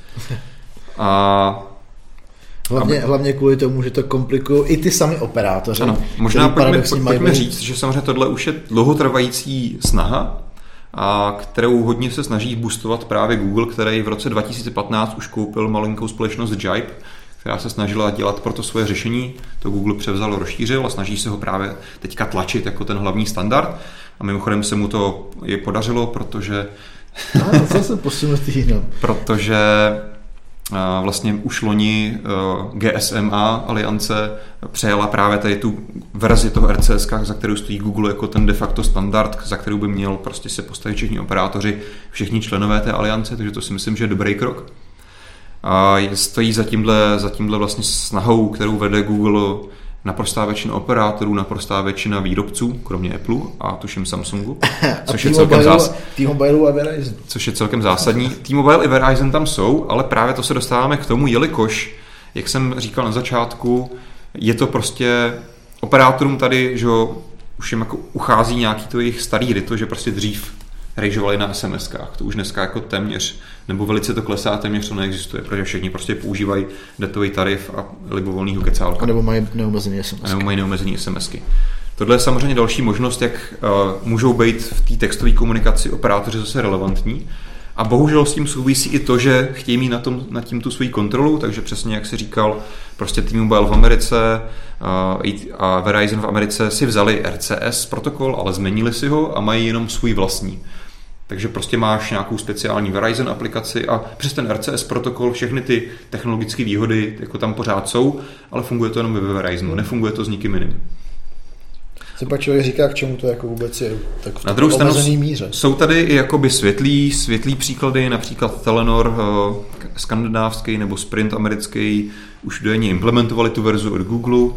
A Hlavně, aby... hlavně kvůli tomu, že to komplikují i ty sami operátoři. Ano, možná pojďme, pojďme říct, že samozřejmě tohle už je dlouhotrvající snaha, a kterou hodně se snaží boostovat právě Google, který v roce dva tisíce patnáct už koupil malinkou společnost Jibe, která se snažila dělat pro to svoje řešení. To Google převzal, rozšířil a snaží se ho právě teďka tlačit jako ten hlavní standard. A mimochodem se mu to je podařilo, protože... No, co se posunutý, no. Protože vlastně už loni G S M A aliance přejela právě tady tu verzi toho R C S, za kterou stojí Google jako ten de facto standard, za kterou by měl prostě se postavit všichni operátoři, všichni členové té aliance, takže to si myslím, že je dobrý krok. A stojí za tímhle, za tímhle vlastně snahou, kterou vede Google, naprostá většina operátorů, naprostá většina výrobců, kromě Apple a tuším Samsungu, což, je celkem, zás... T-Mobile a Verizon. což je celkem zásadní. T-Mobile i Verizon tam jsou, ale právě to se dostáváme k tomu, jelikož, jak jsem říkal na začátku, je to prostě operátorům tady, že už jim jako uchází nějaký to jejich starý ryto, že prostě dřív rejžovali na es em eskách. To už dneska jako téměř, nebo velice to klesá, téměř to neexistuje, protože všichni prostě používají datový tarif a libovolnýho kecálka. A nebo mají neomezený es em esky. A nebo mají neomezený es em esky. Tohle je samozřejmě další možnost, jak uh, můžou být v té textové komunikaci operátoři zase relevantní. A bohužel s tím souvisí i to, že chtějí mít na tom, nad tím tu svoji kontrolu, takže přesně jak jsi říkal, prostě T-Mobile v Americe uh, a Verizon v Americe si vzali R C S protokol, ale změnili si ho a mají jenom svůj vlastní. Takže prostě máš nějakou speciální Verizon aplikaci a přes ten R C S protokol všechny ty technologické výhody jako tam pořád jsou, ale funguje to jenom ve Verizonu, nefunguje to s nikým jiným. Se pak člověk říká, k čemu to jako vůbec je, tak v na druhou stranu míře. Jsou tady i jakoby světlý, světlý příklady, například Telenor skandinávský nebo Sprint americký už dojeně implementovali tu verzi od Google.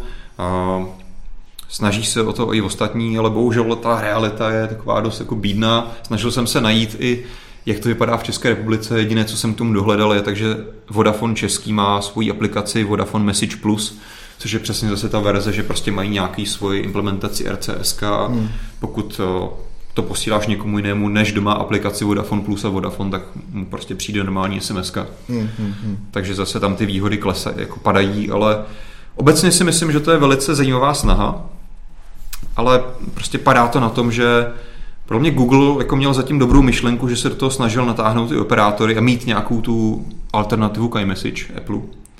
Snaží se o to i ostatní, ale bohužel ta realita je taková dost jako bídná. Snažil jsem se najít i, jak to vypadá v České republice. Jediné, co jsem tomu dohledal, je takže Vodafone český má svoji aplikaci Vodafone Message Plus, což je přesně zase ta verze, že prostě mají nějaký svoji implementaci R C S a hmm. pokud to posíláš někomu jinému, než doma aplikaci Vodafone Plus a Vodafone, tak mu prostě přijde normální es em eska. Hmm, hmm, hmm. Takže zase tam ty výhody klesa, jako padají, ale obecně si myslím, že to je velice zajímavá snaha ale prostě padá to na tom, že pro mě Google jako měl zatím dobrou myšlenku, že se do toho snažil natáhnout ty operátory a mít nějakou tu alternativu k iMessage Apple.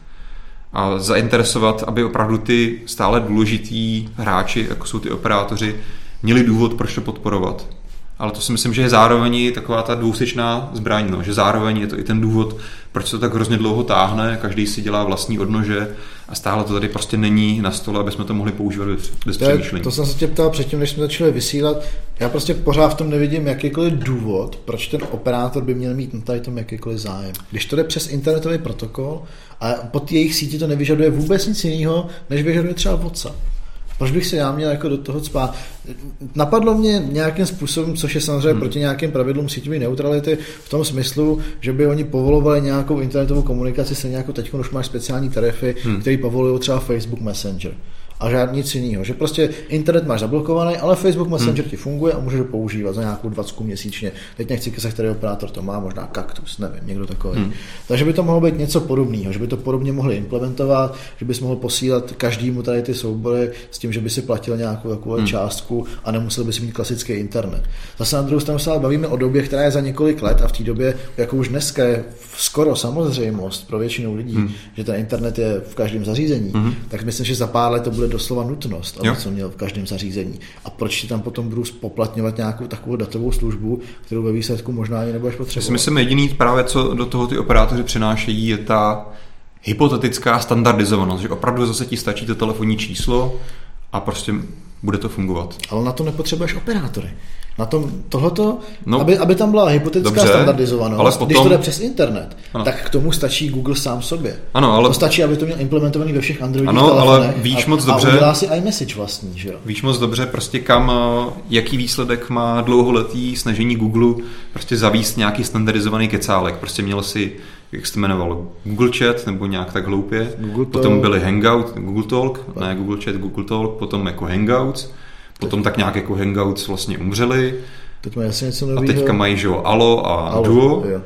A zainteresovat, aby opravdu ty stále důležitý hráči, jako jsou ty operátoři, měli důvod, proč to podporovat. Ale to si myslím, že je zároveň taková ta dvousečná zbraň, no, že zároveň je to i ten důvod, proč to tak hrozně dlouho táhne, každý si dělá vlastní odnože a stále to tady prostě není na stole, aby jsme to mohli používat bez přemýšlení. To jsem se tě ptal předtím, než jsme začali vysílat. Já prostě pořád v tom nevidím jakýkoliv důvod, proč ten operátor by měl mít na tady tom jakýkoliv zájem. Když to jde přes internetový protokol a pod jejich síti to nevyžaduje vůbec nic jiného, než vyžaduje třeba WhatsApp. Proč bych se já měl jako do toho cpát? Napadlo mě nějakým způsobem, což je samozřejmě hmm. proti nějakým pravidlům síťové neutrality, v tom smyslu, že by oni povolovali nějakou internetovou komunikaci, stejně jako teď už máš speciální tarify, hmm. které povolují třeba Facebook Messenger. A žádný nic jiného. Že prostě internet máš zablokovaný, ale Facebook Messenger hmm. ti funguje a můžeš ho používat za nějakou dvacet měsíčně. Teď nechci se, který operátor to má, možná Kaktus, nevím, někdo takový. Hmm. Takže by to mohlo být něco podobného, že by to podobně mohli implementovat, že bys mohl posílat každému tady ty soubory s tím, že by si platil nějakou takovou hmm. částku a nemusel by si mít klasický internet. Zase na druhou stranu se bavíme o době, která je za několik let a v té době, jako už dneska je skoro samozřejmost pro většinu lidí, hmm. že ten internet je v každém zařízení, hmm. tak myslím, že za pár let to bude doslova nutnost, aby to měl v každém zařízení. A proč ti tam potom budu spoplatňovat nějakou takovou datovou službu, kterou ve výsledku možná ani nebudeš potřebovat? Myslím, jediný právě, co do toho ty operátoři přinášejí, je ta hypotetická standardizovanost, že opravdu zase ti stačí to telefonní číslo a prostě bude to fungovat. Ale na to nepotřebuješ operátory. Na tom tohleto, no, aby, aby tam byla hypotetická dobře, standardizovanost, ale potom, když to jde přes internet, ano. tak k tomu stačí Google sám sobě. Ano, ale, to stačí, aby to měl implementovaný ve všech Androidích ano, telefonech ale víš a, moc dobře, a udělá si iMessage vlastní. Že jo? Víš moc dobře, prostě kam, jaký výsledek má dlouholetý snažení Google prostě zavíst nějaký standardizovaný kecálek. Prostě měl si, jak se to jmenovalo, Google Chat nebo nějak tak hloupě. Google potom Talk. Byly Hangout, Google Talk, ne Google Chat, Google Talk, potom jako Hangouts. Potom tak nějak jako Hangouts vlastně umřeli. Teď mají asi něco nového. A teďka mají, že jo, Allo a Allo, Duo. Jo.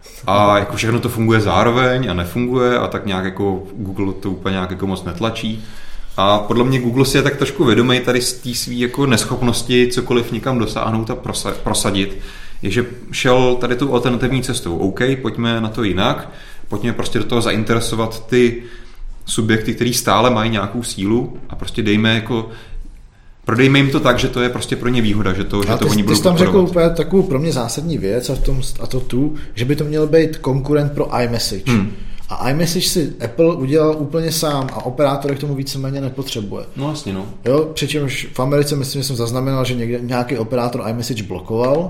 A jako všechno to funguje zároveň a nefunguje a tak nějak jako Google to úplně nějak jako moc netlačí. A podle mě Google si je tak trošku vědomý tady z té svý jako neschopnosti cokoliv někam dosáhnout a prosadit. Je, že šel tady tou alternativní cestou. OK, pojďme na to jinak. Pojďme prostě do toho zainteresovat ty subjekty, který stále mají nějakou sílu a prostě dejme jako prodejme jim to tak, že to je prostě pro ně výhoda, že to, že to ty, oni budou podporovat. Ty jsi tam řekl úplně takovou pro mě zásadní věc a, v tom, a to tu, že by to měl být konkurent pro iMessage. Hmm. A iMessage si Apple udělal úplně sám a operátor k tomu víceméně nepotřebuje. No vlastně, no. Jo, přičemž v Americe myslím, že jsem zaznamenal, že někde, nějaký operátor iMessage blokoval,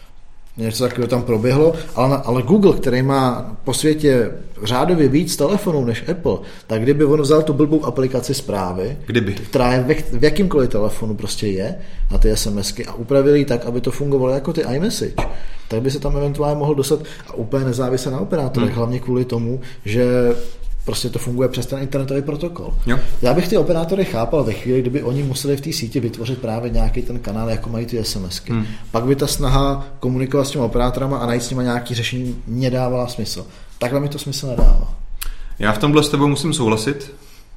něco takového tam proběhlo, ale, ale Google, který má po světě řádově víc telefonů než Apple, tak kdyby on vzal tu blbou aplikaci zprávy, kdyby. která je ve, v jakýmkoliv telefonu prostě je, na ty SMSky a upravil ji tak, aby to fungovalo jako ty iMessage, tak by se tam eventuálně mohl dostat a úplně nezávisle na operátorech, hmm. hlavně kvůli tomu, že prostě to funguje přes ten internetový protokol. Jo. Já bych ty operátory chápal ve chvíli, kdyby oni museli v té síti vytvořit právě nějaký ten kanál, jako mají ty SMSky. Hmm. Pak by ta snaha komunikovat s těmi operátorama a najít s nimi nějaký řešení mě dávala smysl. Takhle mi to smysl nedává. Já v tomhle s tebou musím souhlasit.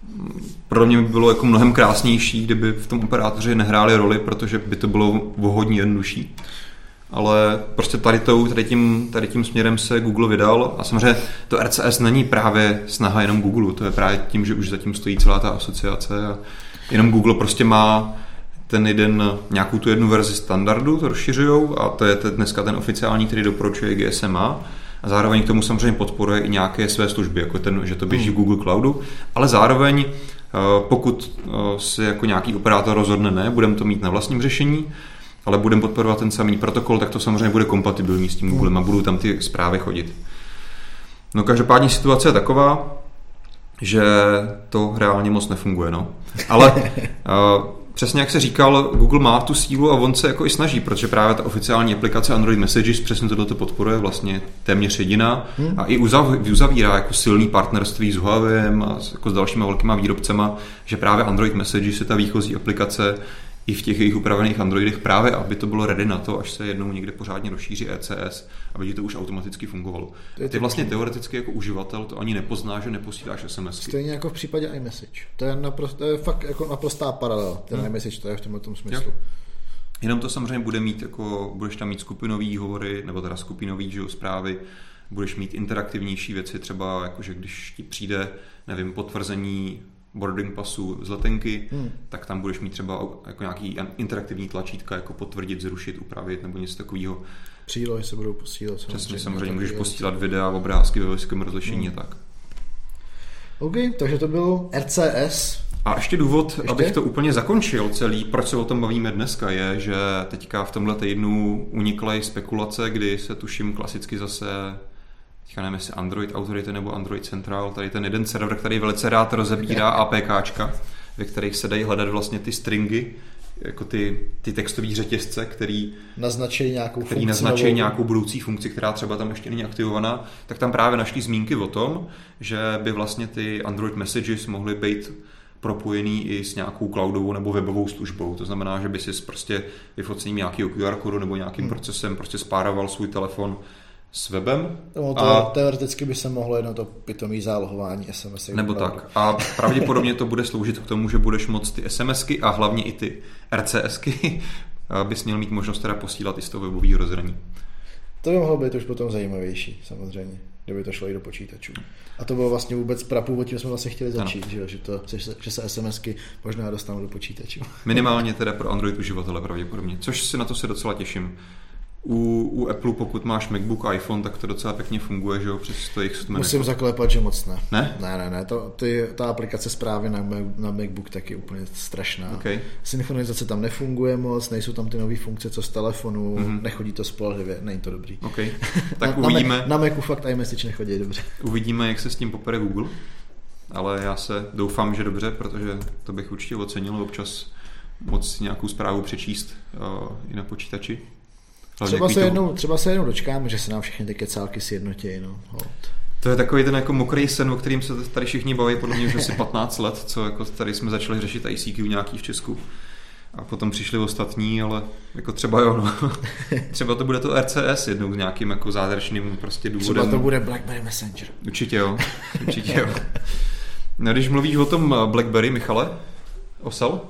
Pro mě by bylo jako mnohem krásnější, kdyby v tom operátoři nehráli roli, protože by to bylo hodně jednodušší. Ale prostě tady, tou, tady, tím, tady tím směrem se Google vydal a samozřejmě to R C S není právě snaha jenom Google, to je právě tím, že už zatím stojí celá ta asociace a jenom Google prostě má ten jeden, nějakou tu jednu verzi standardu, to rozšiřujou a to je dneska ten oficiální, který doporučuje G S M A a zároveň k tomu samozřejmě podporuje i nějaké své služby, jako ten, že to běží v Google Cloudu, ale zároveň pokud si jako nějaký operátor rozhodne ne, budeme to mít na vlastním řešení, ale budeme podporovat ten samý protokol, tak to samozřejmě bude kompatibilní s tím Googlem a budou tam ty zprávy chodit. No každopádně situace je taková, že to reálně moc nefunguje, no. Ale uh, přesně jak se říkal, Google má tu sílu a on se jako i snaží, protože právě ta oficiální aplikace Android Messages přesně tohleto podporuje vlastně téměř jediná hmm. a i uzavírá jako silný partnerství s Huawei a jako s dalšíma velkýma výrobcema, že právě Android Messages je ta výchozí aplikace i v těch jejich upravených Androidech právě, aby to bylo ready na to, až se jednou někde pořádně rozšíří E C S, aby ti to už automaticky fungovalo. Ty vlastně teoreticky jako uživatel to ani nepozná, že neposíláš es em esky. Stejně jako v případě iMessage. To je, naprosto, to je fakt jako naprostá paralela. Ten hmm. iMessage to je v tomhle tom smyslu. Jo. Jenom to samozřejmě bude mít, jako budeš tam mít skupinový hovory, nebo teda skupinový, že jo, zprávy, budeš mít interaktivnější věci, třeba jakože když ti přijde, nevím, potvrzení boarding pasu z letenky, hmm. tak tam budeš mít třeba jako nějaký interaktivní tlačítka, jako potvrdit, zrušit, upravit nebo něco takového. Přílohy se budou posílat. Přesně, samozřejmě můžeš posílat videa, obrázky ve vysokém rozlišení hmm. a tak. OK, takže to bylo R C S. A ještě důvod, ještě? abych to úplně zakončil celý, proč se o tom bavíme dneska, je, že teďka v tomhle týdnu unikly spekulace, kdy se tuším klasicky zase, teďka nevím, jestli Android Authority nebo Android Central, tady ten jeden server, který velice rád rozebírá APKčka, ve kterých se dají hledat vlastně ty stringy, jako ty, ty textové řetězce, který naznačí nějakou, který naznačí nějakou budoucí funkci, která třeba tam ještě není aktivovaná, tak tam právě našli zmínky o tom, že by vlastně ty Android Messages mohly být propojený i s nějakou cloudovou nebo webovou službou. To znamená, že by si prostě vyfocením nějakého Q R kódu nebo nějakým hmm. procesem prostě spároval svůj telefon s webem. No, to a teoreticky by se mohlo jedno to pitomý zálohování es em es. Nebo tak. A pravděpodobně to bude sloužit k tomu, že budeš moct ty SMSky a hlavně i ty RCSky bys měl mít možnost teda posílat i z toho webového rozhraní. To by mohlo být už potom zajímavější, samozřejmě, kdyby to šlo i do počítačů. A to bylo vlastně vůbec prapůvod, tím jsme vlastně chtěli začít, že, že, to, že se SMSky možná dostanou do počítačů. Minimálně teda pro Android uživatele pravděpodobně, což si na to se docela těším. U, u Apple, pokud máš MacBook a iPhone, tak to docela pěkně funguje, že jo, přes to jich musím zaklepat, že moc ne. Ne? Ne, ne, ne, to, ty, ta aplikace zprávy na, na MacBook tak je úplně strašná. Okay. Synchronizace tam nefunguje moc, nejsou tam ty nové funkce, co z telefonu, mm-hmm. nechodí to spolehlivě, není to dobrý. Okay. Tak na, uvidíme. Na, na Macu fakt iMessage nechodí dobře. Uvidíme, jak se s tím popere Google, ale já se doufám, že dobře, protože to bych určitě ocenil občas moc nějakou zprávu přečíst uh, i na počítači. Třeba se, jednou, třeba se jednou dočkáme, že se nám všechny ty kecálky sjednotí. No. To je takový ten jako mokrý sen, o kterým se tady všichni baví, podle mě už asi patnáct let, co jako tady jsme začali řešit I C Q nějaký v Česku. A potom přišli ostatní, ale jako třeba jo, no. Třeba to bude to R C S jednou s nějakým jako zázračným prostě důvodem. Třeba to bude BlackBerry Messenger. Určitě jo, určitě jo. No, když mluvíš o tom BlackBerry, Michale, Osel,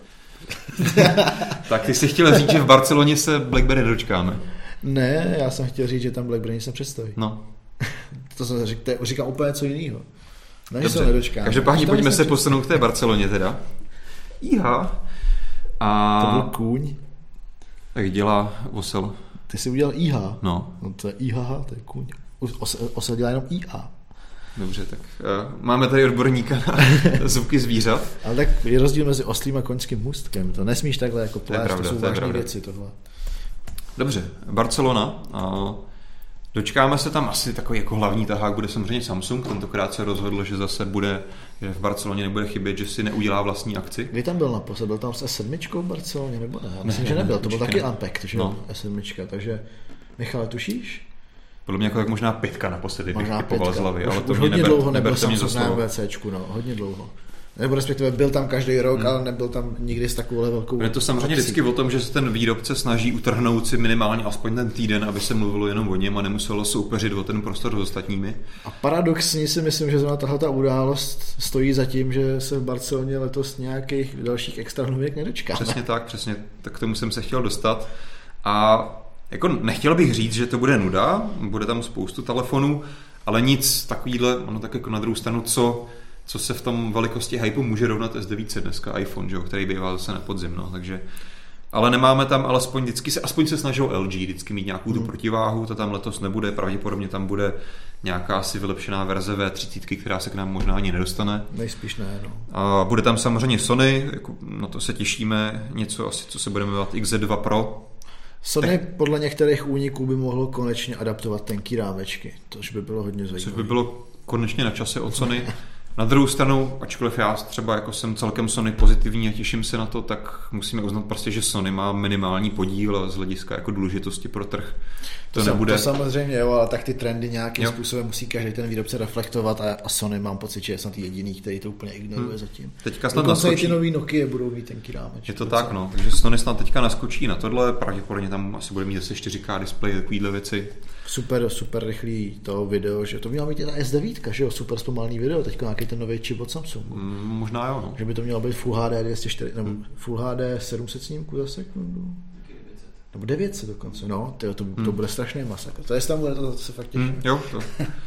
tak ty jsi chtěl říct, že v Barceloně se BlackBerry dočkáme. Ne, já jsem chtěl říct, že tam BlackBerry se představí. No. To jsem říkal, říkám úplně něco jiného. Ne, že se nedočkáme. Každopádně pojďme se posunout k té Barceloně teda. Iha. A to byl kůň. Tak dělá Osel. Ty jsi udělal I H. No. No to je I H, to je kůň. Osel, Osel dělá jenom I A. Dobře, tak uh, máme tady odborníka na zvuky zvířat. Ale tak je rozdíl mezi oslím a koňským můstkem. To nesmíš takhle jako plést, to, to jsou to vážné věci tohle. Dobře, Barcelona. Uh, dočkáme se tam asi takový jako hlavní tahák bude samozřejmě Samsung. Tentokrát se rozhodl, že zase bude, že v Barceloně nebude chybět, že si neudělá vlastní akci. Kdy tam byl naposled? Byl tam s S sedm v Barceloně nebo ne? Myslím, ne, že nebyl. To byl taky Ampek, takže no. S sedm. Takže Michale, tušíš? Podle mě jako tak možná pětka naposledy, možná bych typoval z hlavy, ale to už mě hodně neber, dlouho nebyl Samsung na VCčku, no, hodně dlouho. Nebo respektive byl tam každý rok, hmm. ale nebyl tam nikdy s takovou velkou... Je to samozřejmě vždycky o tom, že se ten výrobce snaží utrhnout si minimálně aspoň ten týden, aby se mluvilo jenom o něm a nemuselo soupeřit o ten prostor s ostatními. A paradoxně si myslím, že zrovna tahle událost stojí za tím, že se v Barceloně letos nějakých dalších extra novinek nedočkáme. Přesně tak, přesně. Tak k tomu jsem se chtěl dostat. A jako nechtěl bych říct, že to bude nuda, bude tam spoustu telefonů, ale nic takovýhle, ono tak jako na druhou stranu, co, co se v tom velikosti hypeu může rovnat S devět set dneska iPhone, že, který bývá zase na podzim, no, takže ale nemáme tam alespoň vždycky se, aspoň se snažil L G vždycky mít nějakou tu protiváhu, to tam letos nebude, pravděpodobně tam bude nějaká asi vylepšená verze V třicet, která se k nám možná ani nedostane. Nejspíš ne, no. A bude tam samozřejmě Sony, jako, na to se těšíme, něco asi, co se budeme jmenovat X Z dva Pro. Sony podle některých úniků by mohlo konečně adaptovat tenký rámečky, což by bylo hodně zajímavé. Což by bylo konečně na čase od Sony. Na druhou stranu, ačkoliv já třeba jako jsem celkem Sony pozitivní a těším se na to, tak musíme uznat prostě, že Sony má minimální podíl z hlediska jako důležitosti pro trh. To, to, nebude... to samozřejmě, jo, ale tak ty trendy nějakým jo. způsobem musí každý ten výrobce reflektovat a, a Sony mám pocit, že je snad jediný, který to úplně ignoruje hmm. zatím. Teďka snad dokonce naskočí... i ty nový Nokia budou mít tenký rámeček. Je to tak, no, takže Sony snad teďka naskočí na tohle, pravděpodobně tam asi bude mít zase čtyři ká displej, takovýhle věci. Super, super rychlý to video, že to měla být i ta S devět, že jo, super zpomalný video, teďka nějaký ten nový čip od Samsungu. Mm, možná jo, no. Že by to mělo být Full H D dvě stě čtyřicet, nebo mm. Full H D sedm set snímků za sekundu. Nebo devět set dokonce, no, tyjo, to, to mm. bude strašný masakr. To je tam bude, to, to se fakt těším. Mm, jo, to,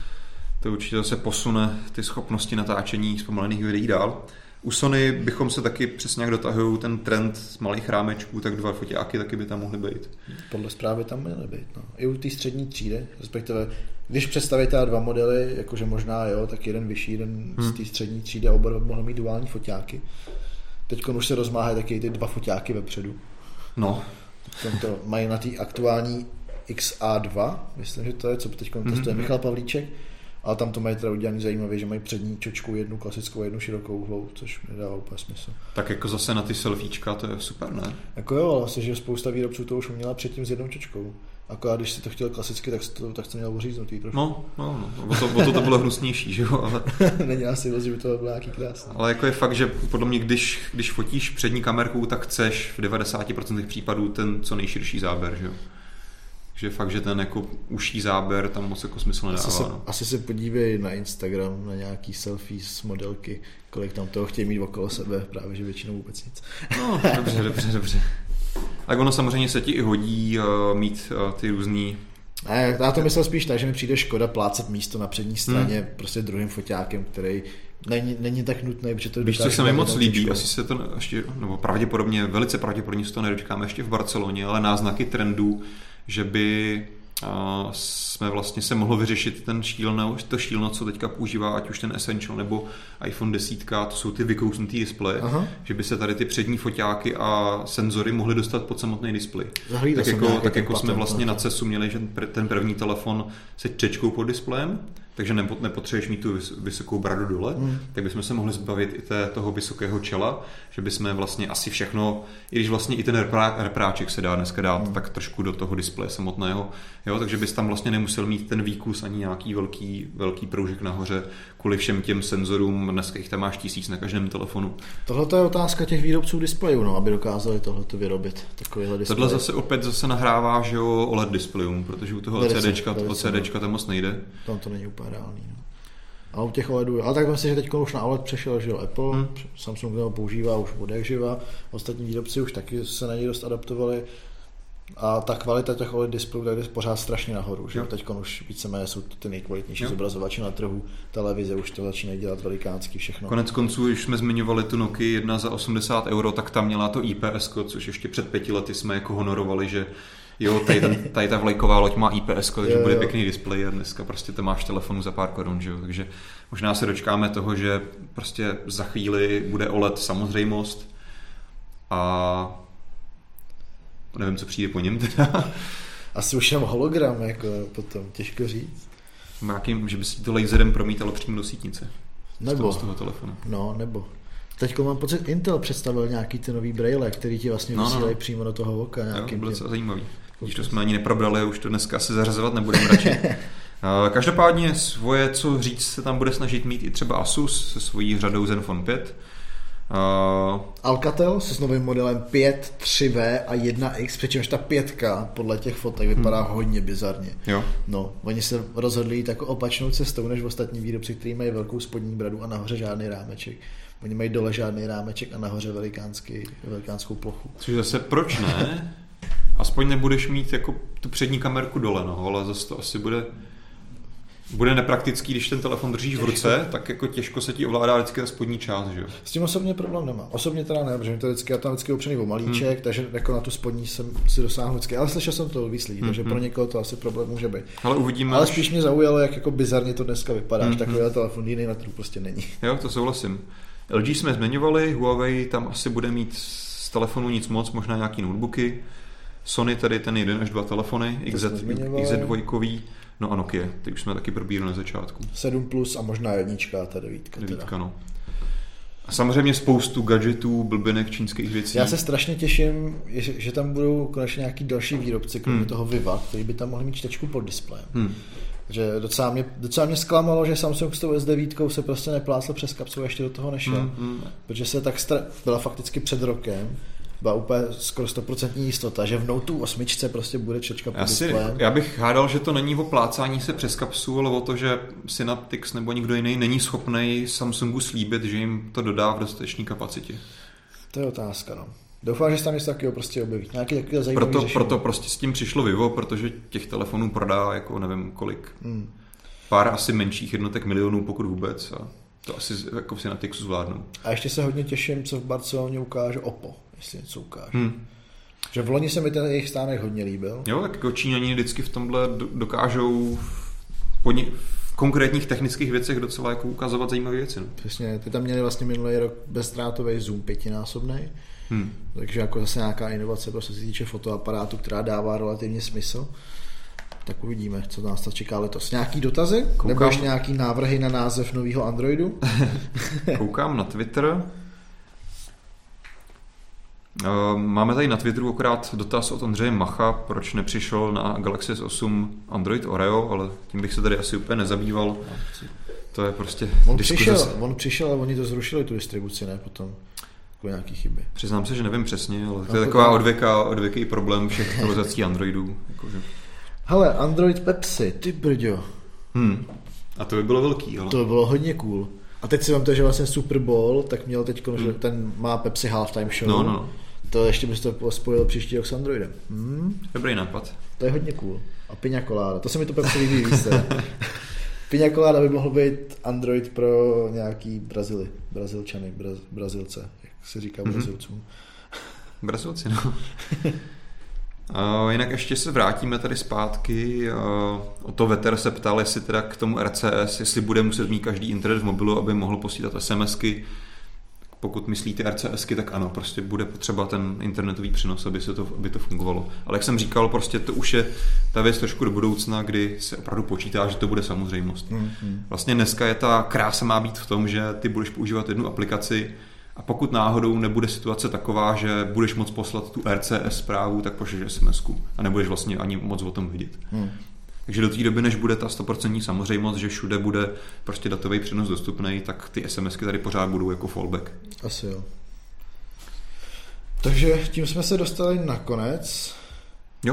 to určitě zase posune ty schopnosti natáčení zpomalených videí dál. U Sony bychom se taky přesně jak dotahují ten trend z malých rámečků, tak dva foťáky taky by tam mohly být. Podle zprávy tam měly být. No. I u té střední třídy, respektive když představíte dva modely, jakože možná jo, tak jeden vyšší, jeden hmm. z té střední třídy a oba dva mohly mít duální foťáky. Teď už se rozmáhají taky ty dva foťáky vepředu. No. To mají na té aktuální X A dva, myslím, že to je, co teď testuje hmm. Michal Pavlíček. Ale tam to mají teda udělaný zajímavě, že mají přední čočku, jednu klasickou, jednu širokou úhlou, což mi dává úplně smysl. Tak jako zase na ty selfiečka, to je super, ne? Jako jo, ale vlastně, že spousta výrobců to už uměla předtím s jednou čočkou. Akorát když si to chtěl klasicky, tak to, tak to měl oříznutý trošku. No, no, no. O to, o to, to bylo hnusnější, že jo? Ale... Není asi rozdíl, že by to bylo nějaký krásný. Ale jako je fakt, že podle mě, když, když fotíš přední kamerkou, tak chceš v devadesát procent případů ten co nejširší záběr, že jo? Že fakt, že ten jako uší záběr tam moc jako smysl nedává. Asi se, no. asi se podívej na Instagram, na nějaký selfie z modelky, kolik tam toho chtějí mít okolo sebe, právě že většinou vůbec nic. No, dobře, dobře, dobře. Tak ono samozřejmě se ti i hodí uh, mít uh, ty různý... A já to myslel spíš tak, že mi přijde škoda plácet místo na přední straně hmm. prostě druhým foťákem, který není, není tak nutný, protože to... Víš, co se mi moc líbí, asi se to ještě, nebo pravděpodobně, velice pravděpodobně se to nedočkáme ještě v Barceloně, ale náznaky trendů, že by a, jsme vlastně se mohlo vyřešit ten šílno, to šílno, co teďka používá, ať už ten Essential nebo iPhone deset, to jsou ty vykousnutý displeje, Aha. že by se tady ty přední foťáky a senzory mohly dostat pod samotný displej. Tak jako, tak jako jsme vlastně na CESu měli, že ten první telefon se čečkou pod displejem, takže nepotřebuješ mít tu vysokou bradu dole, hmm. tak bychom se mohli zbavit i té, toho vysokého čela, že bychom vlastně asi všechno, i když vlastně i ten reprá, repráček se dá dneska dát hmm. tak trošku do toho displeje samotného, jo, takže bys tam vlastně nemusel mít ten výkus ani nějaký velký, velký proužek nahoře kvůli všem těm senzorům, dneska jich tam máš tisíc na každém telefonu. Tohle je otázka těch výrobců displejů, no, aby dokázali tohleto vyrobit, takovýhle displej. Tohle zase opět zase nahrává, že jo, O L E D displejům, protože u toho LCDčka, LCDčka tam moc nejde. Tam to není úplně reálný, no. A u těch O L E Dů, ale tak myslím, že teď už na O L E D přešel, že jo, Apple, hmm. Samsung to používá už od jak živa, ostatní výrobci už taky se na něj dost adaptovali a ta kvalita těch O L E D displejů tak jde pořád strašně nahoru, že jo, teď už víceméně jsou ty nejkvalitnější jo. zobrazovače na trhu, televize už to začínají dělat velikánský všechno. Konec konců, když jsme zmiňovali tu Nokia jedna za osmdesát euro, tak tam měla to I P S, což ještě před pěti lety jsme jako honorovali, že jo, tady, ten, tady ta vlajková loď má I P S, takže jo, bude jo. pěkný displej a dneska prostě to máš v telefonu za pár korun, že jo, takže možná se dočkáme toho, že prostě za chvíli bude O L E D samozřejmost a nevím, co přijde po něm teda. Asi už jenom hologram, jako potom, těžko říct. Nějakým, že by si to laserem promítalo přímo do sítnice. Nebo. Z toho telefonu. No, nebo. Teď mám pocit, Intel představil nějaký ty nový braille, který ti vlastně no, vysílají no. přímo do toho oka. Jo, bylo to zajímavý. Když to jsme ani neprobrali, už to dneska asi zařazovat nebudeme radši. Každopádně svoje, co říct, se tam bude snažit mít i třeba Asus se svojí řadou Zenfone pět. Uh, Alcatel se s novým modelem pět, tři vé a jedna X, přičemž ta pětka podle těch fotek vypadá hmm. hodně bizarně. Jo. No, oni se rozhodli jít jako opačnou cestou než v ostatní výrobci, kteří mají velkou spodní bradu a nahoře žádný rámeček. Oni mají dole žádný rámeček a nahoře velikánský, velikánskou plochu. Což zase proč ne? Aspoň nebudeš mít jako tu přední kamerku dole, no, ale zase to asi bude bude nepraktický, když ten telefon držíš v ruce, tak jako těžko se ti ovládá vždycky ta spodní část, že jo? S tím osobně problém nemá. Osobně teda ne, protože to je vždycky, já tam vždycky opřený o malíček, hmm. takže jako na tu spodní jsem si dosáhl vždycky, ale slyšel jsem to víc lidí, hmm. takže pro někoho to asi problém může být. Ale uvidíme. Ale spíš mě zaujalo, jak jako bizarně to dneska vypadá, hmm. že takový telefon jiný na trhu prostě není. Jo, to souhlasím. L G jsme zmiňovali, Huawei tam asi bude mít z telefonu nic moc, možná nějaký notebooky. Sony tady ten jeden až dva telefony, X Z, X Z dva, No a Nokia, ty už jsme taky probírali na začátku. sedm plus a možná jednička, ta devítka. Devítka, no. A samozřejmě spoustu gadgetů, blbinek, čínských věcí. Já se strašně těším, že, že tam budou konečně nějaký další výrobci, kromě hmm. toho Viva, který by tam mohli mít čtečku pod displejem. Hmm. Že docela mě, docela mě zklamalo, že Samsung s tou S devět se prostě neplácl přes kapsu, ještě do toho nešel. Hmm. Hmm. Protože se tak stra... byla fakticky před rokem, byla úplně skoro sto procent jistota, že v Note osm prostě bude čtečka pod displejem. Já bych hádal, že to není o plácání se přes kapsu, ale o to, že Synaptics nebo někdo jiný není schopný Samsungu slíbit, že jim to dodá v dostatečné kapacitě. To je otázka, no. Doufám, že se tam něco takového prostě objeví. Nějaký takový zajímavý proto, řešení. Proto prostě s tím přišlo Vivo, protože těch telefonů prodá jako nevím kolik. Hmm. Pár asi menších jednotek milionů, pokud vůbec. A to asi jako v Synaptixu zvládnou. A ještě se hodně těším, co v Barceloně ukáže Oppo, jestli něco ukáže. Hmm. Že v loni se mi ten jejich stánek hodně líbil. Jo, tak jako Číňani vždycky v tomhle dokážou po ně, v konkrétních technických věcech docela jako ukazovat zajímavé věci. No. Přesně, ty tam měli vlastně minulý rok bezdrátový zoom pětinásobný. Hmm. Takže jako zase nějaká inovace, prostě se týče fotoaparátu, která dává relativně smysl. Tak uvidíme, co nás to čeká letos. Nějaký dotazy? Koukám. Nebo ještě nějaký návrhy na název nového Androidu? Koukám na Twitter. Máme tady na Twitteru akorát dotaz od Ondřeje Macha, proč nepřišel na Galaxy S osm Android Oreo, ale tím bych se tady asi úplně nezabýval. To je prostě on přišel, on přišel, ale oni to zrušili, tu distribuci, ne potom. Jako nějaký chyby. Přiznám se, že nevím přesně, ale to je taková odvěká, odvěký problém všech aktualizací Androidů. Jakože. Hele, Android Pepsi, ty brďo. Hmm. A to by bylo velký, ale. To by bylo hodně cool. A teď si vám to, že vlastně Super Bowl, tak měl teď, hmm. že ten má Pepsi halftime show. No, no. To ještě bys to spojil příští rok s Androidem. Hmm. Dobrý nápad. To je hodně cool. A Piña Colada, to se mi to Pepsi líbí víc. Piña Colada by mohl být Android pro nějaký Brazily, Brazilčany, Braz, Brazilce, jak se říká mm-hmm. Brazilcům. Brazilci, no. Uh, jinak ještě se vrátíme tady zpátky. Uh, o to Veter se ptal, jestli teda k tomu R C S, jestli bude muset mít každý internet v mobilu, aby mohl posílat SMSky. Pokud myslíte RCSky, tak ano, prostě bude potřeba ten internetový přenos, aby, se to, aby to fungovalo. Ale jak jsem říkal, prostě to už je ta věc trošku do budoucna, kdy se opravdu počítá, že to bude samozřejmost. Mm-hmm. Vlastně dneska je ta krása má být v tom, že ty budeš používat jednu aplikaci a pokud náhodou nebude situace taková, že budeš moct poslat tu R C S zprávu, tak pošleš SMSku a nebudeš vlastně ani moc o tom vidět. Mm. Takže do té doby, než bude ta sto procent samozřejmost, že všude bude prostě datový přenos dostupný, tak ty SMSky tady pořád budou jako fallback. Asi jo. Takže tím jsme se dostali na konec. Jo.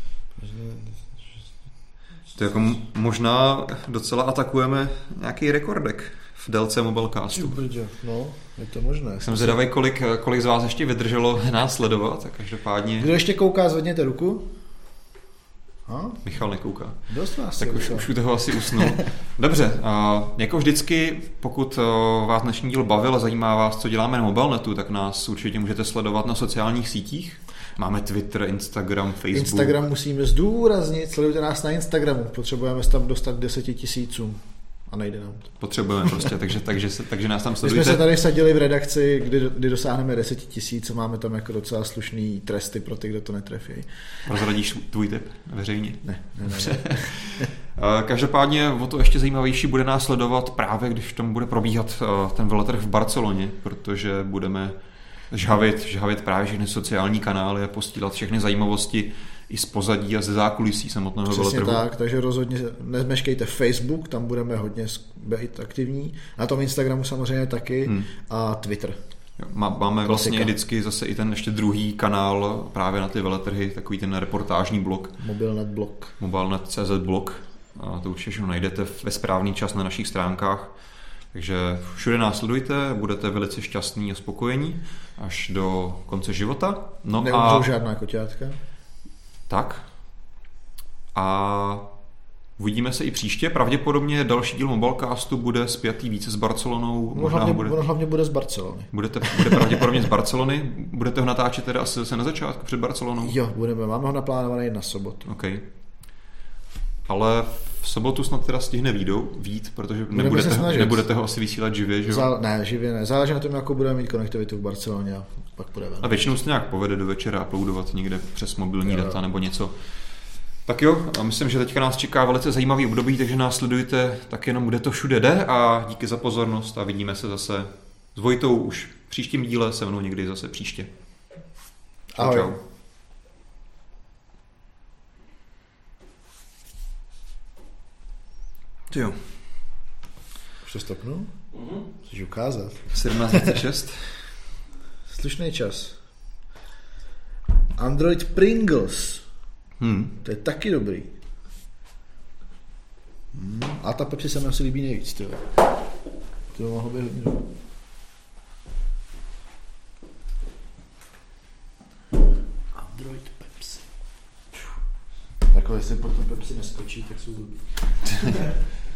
To jako možná docela atakujeme nějaký rekordek v délce Mobilecastu. No, je to možné. Jsem zvědavý, kolik, kolik z vás ještě vydrželo nás sledovat, tak každopádně... Kdo ještě kouká, zvedněte ruku. Ha? Michal nekouká. Dost vás tak už, už u toho asi usnul. Dobře, uh, jako vždycky, pokud uh, vás dnešní díl bavil a zajímá vás, co děláme na Mobilnetu, tak nás určitě můžete sledovat na sociálních sítích. Máme Twitter, Instagram, Facebook. Instagram musíme zdůraznit, sledujte nás na Instagramu, potřebujeme tam dostat deset tisíců. A nejde nám to. Potřebujeme prostě, takže, takže, se, takže nás tam sledujte. My jsme se tady sadili v redakci, kdy, kdy dosáhneme deset tisíc a máme tam jako docela slušný tresty pro ty, kdo to netrefí. Prozradíš tvůj tip veřejně? Ne, ne, ne. ne. Každopádně o to ještě zajímavější bude nás sledovat právě, když tam bude probíhat ten veletrh v Barceloně, protože budeme žhavit, žhavit právě všechny sociální kanály a postílat všechny zajímavosti i z pozadí a ze zákulisí samotného veletrhu. Přesně tak, takže rozhodně nezmeškejte Facebook, tam budeme hodně být aktivní. Na tom Instagramu samozřejmě taky hmm. a Twitter. Jo, má, máme Klasika. Vlastně vždycky zase i ten ještě druhý kanál právě na ty veletrhy, takový ten reportážní blog. Mobilnet blog. Mobilnet tečka cé zet blog. A to určitě najdete ve správný čas na našich stránkách. Takže všude nás sledujte, budete velice šťastní a spokojení až do konce života. No Neumřou a... žádná koťátka. Tak. A uvidíme se i příště. Pravděpodobně další díl Mobilecastu bude spjatý více s Barcelonou. Ono hlavně bude, ono hlavně bude z Barcelony. Budete, bude pravděpodobně z Barcelony. Budete ho natáčet teda asi se na začátku před Barcelonou? Jo, budeme. Máme ho naplánovaný na sobotu. OK. Ale v sobotu snad teda stihne výjdou, výjít, protože nebudete, nebudete ho asi vysílat živě, že jo? Zá, ne, živě ne. Záleží na tom, jakou budeme mít konektivitu v Barceloně a pak půjdeme. A většinou se nějak povede do večera uploadovat někde přes mobilní jo. data nebo něco. Tak jo, a myslím, že teďka nás čeká velice zajímavý období, takže nás sledujte tak jenom, kde to všude jde a díky za pozornost a vidíme se zase s Vojtou už v příštím díle, se mnou někdy zase příště. Čau, ahoj. Čau. Ty jo. Už to stopnu? Mm-hmm. Chceš ukázat? sedmnáct dvacet šest. Slušný čas. Android Pringles. Hmm. To je taky dobrý. Hmm. A ta Pepsi se mi asi líbí nejvíc. Tyjo. To by mohlo být hodně dobrý. Android Pepsi. Takhle, jestli po tom Pepsi neskočí, tak jsou blbý.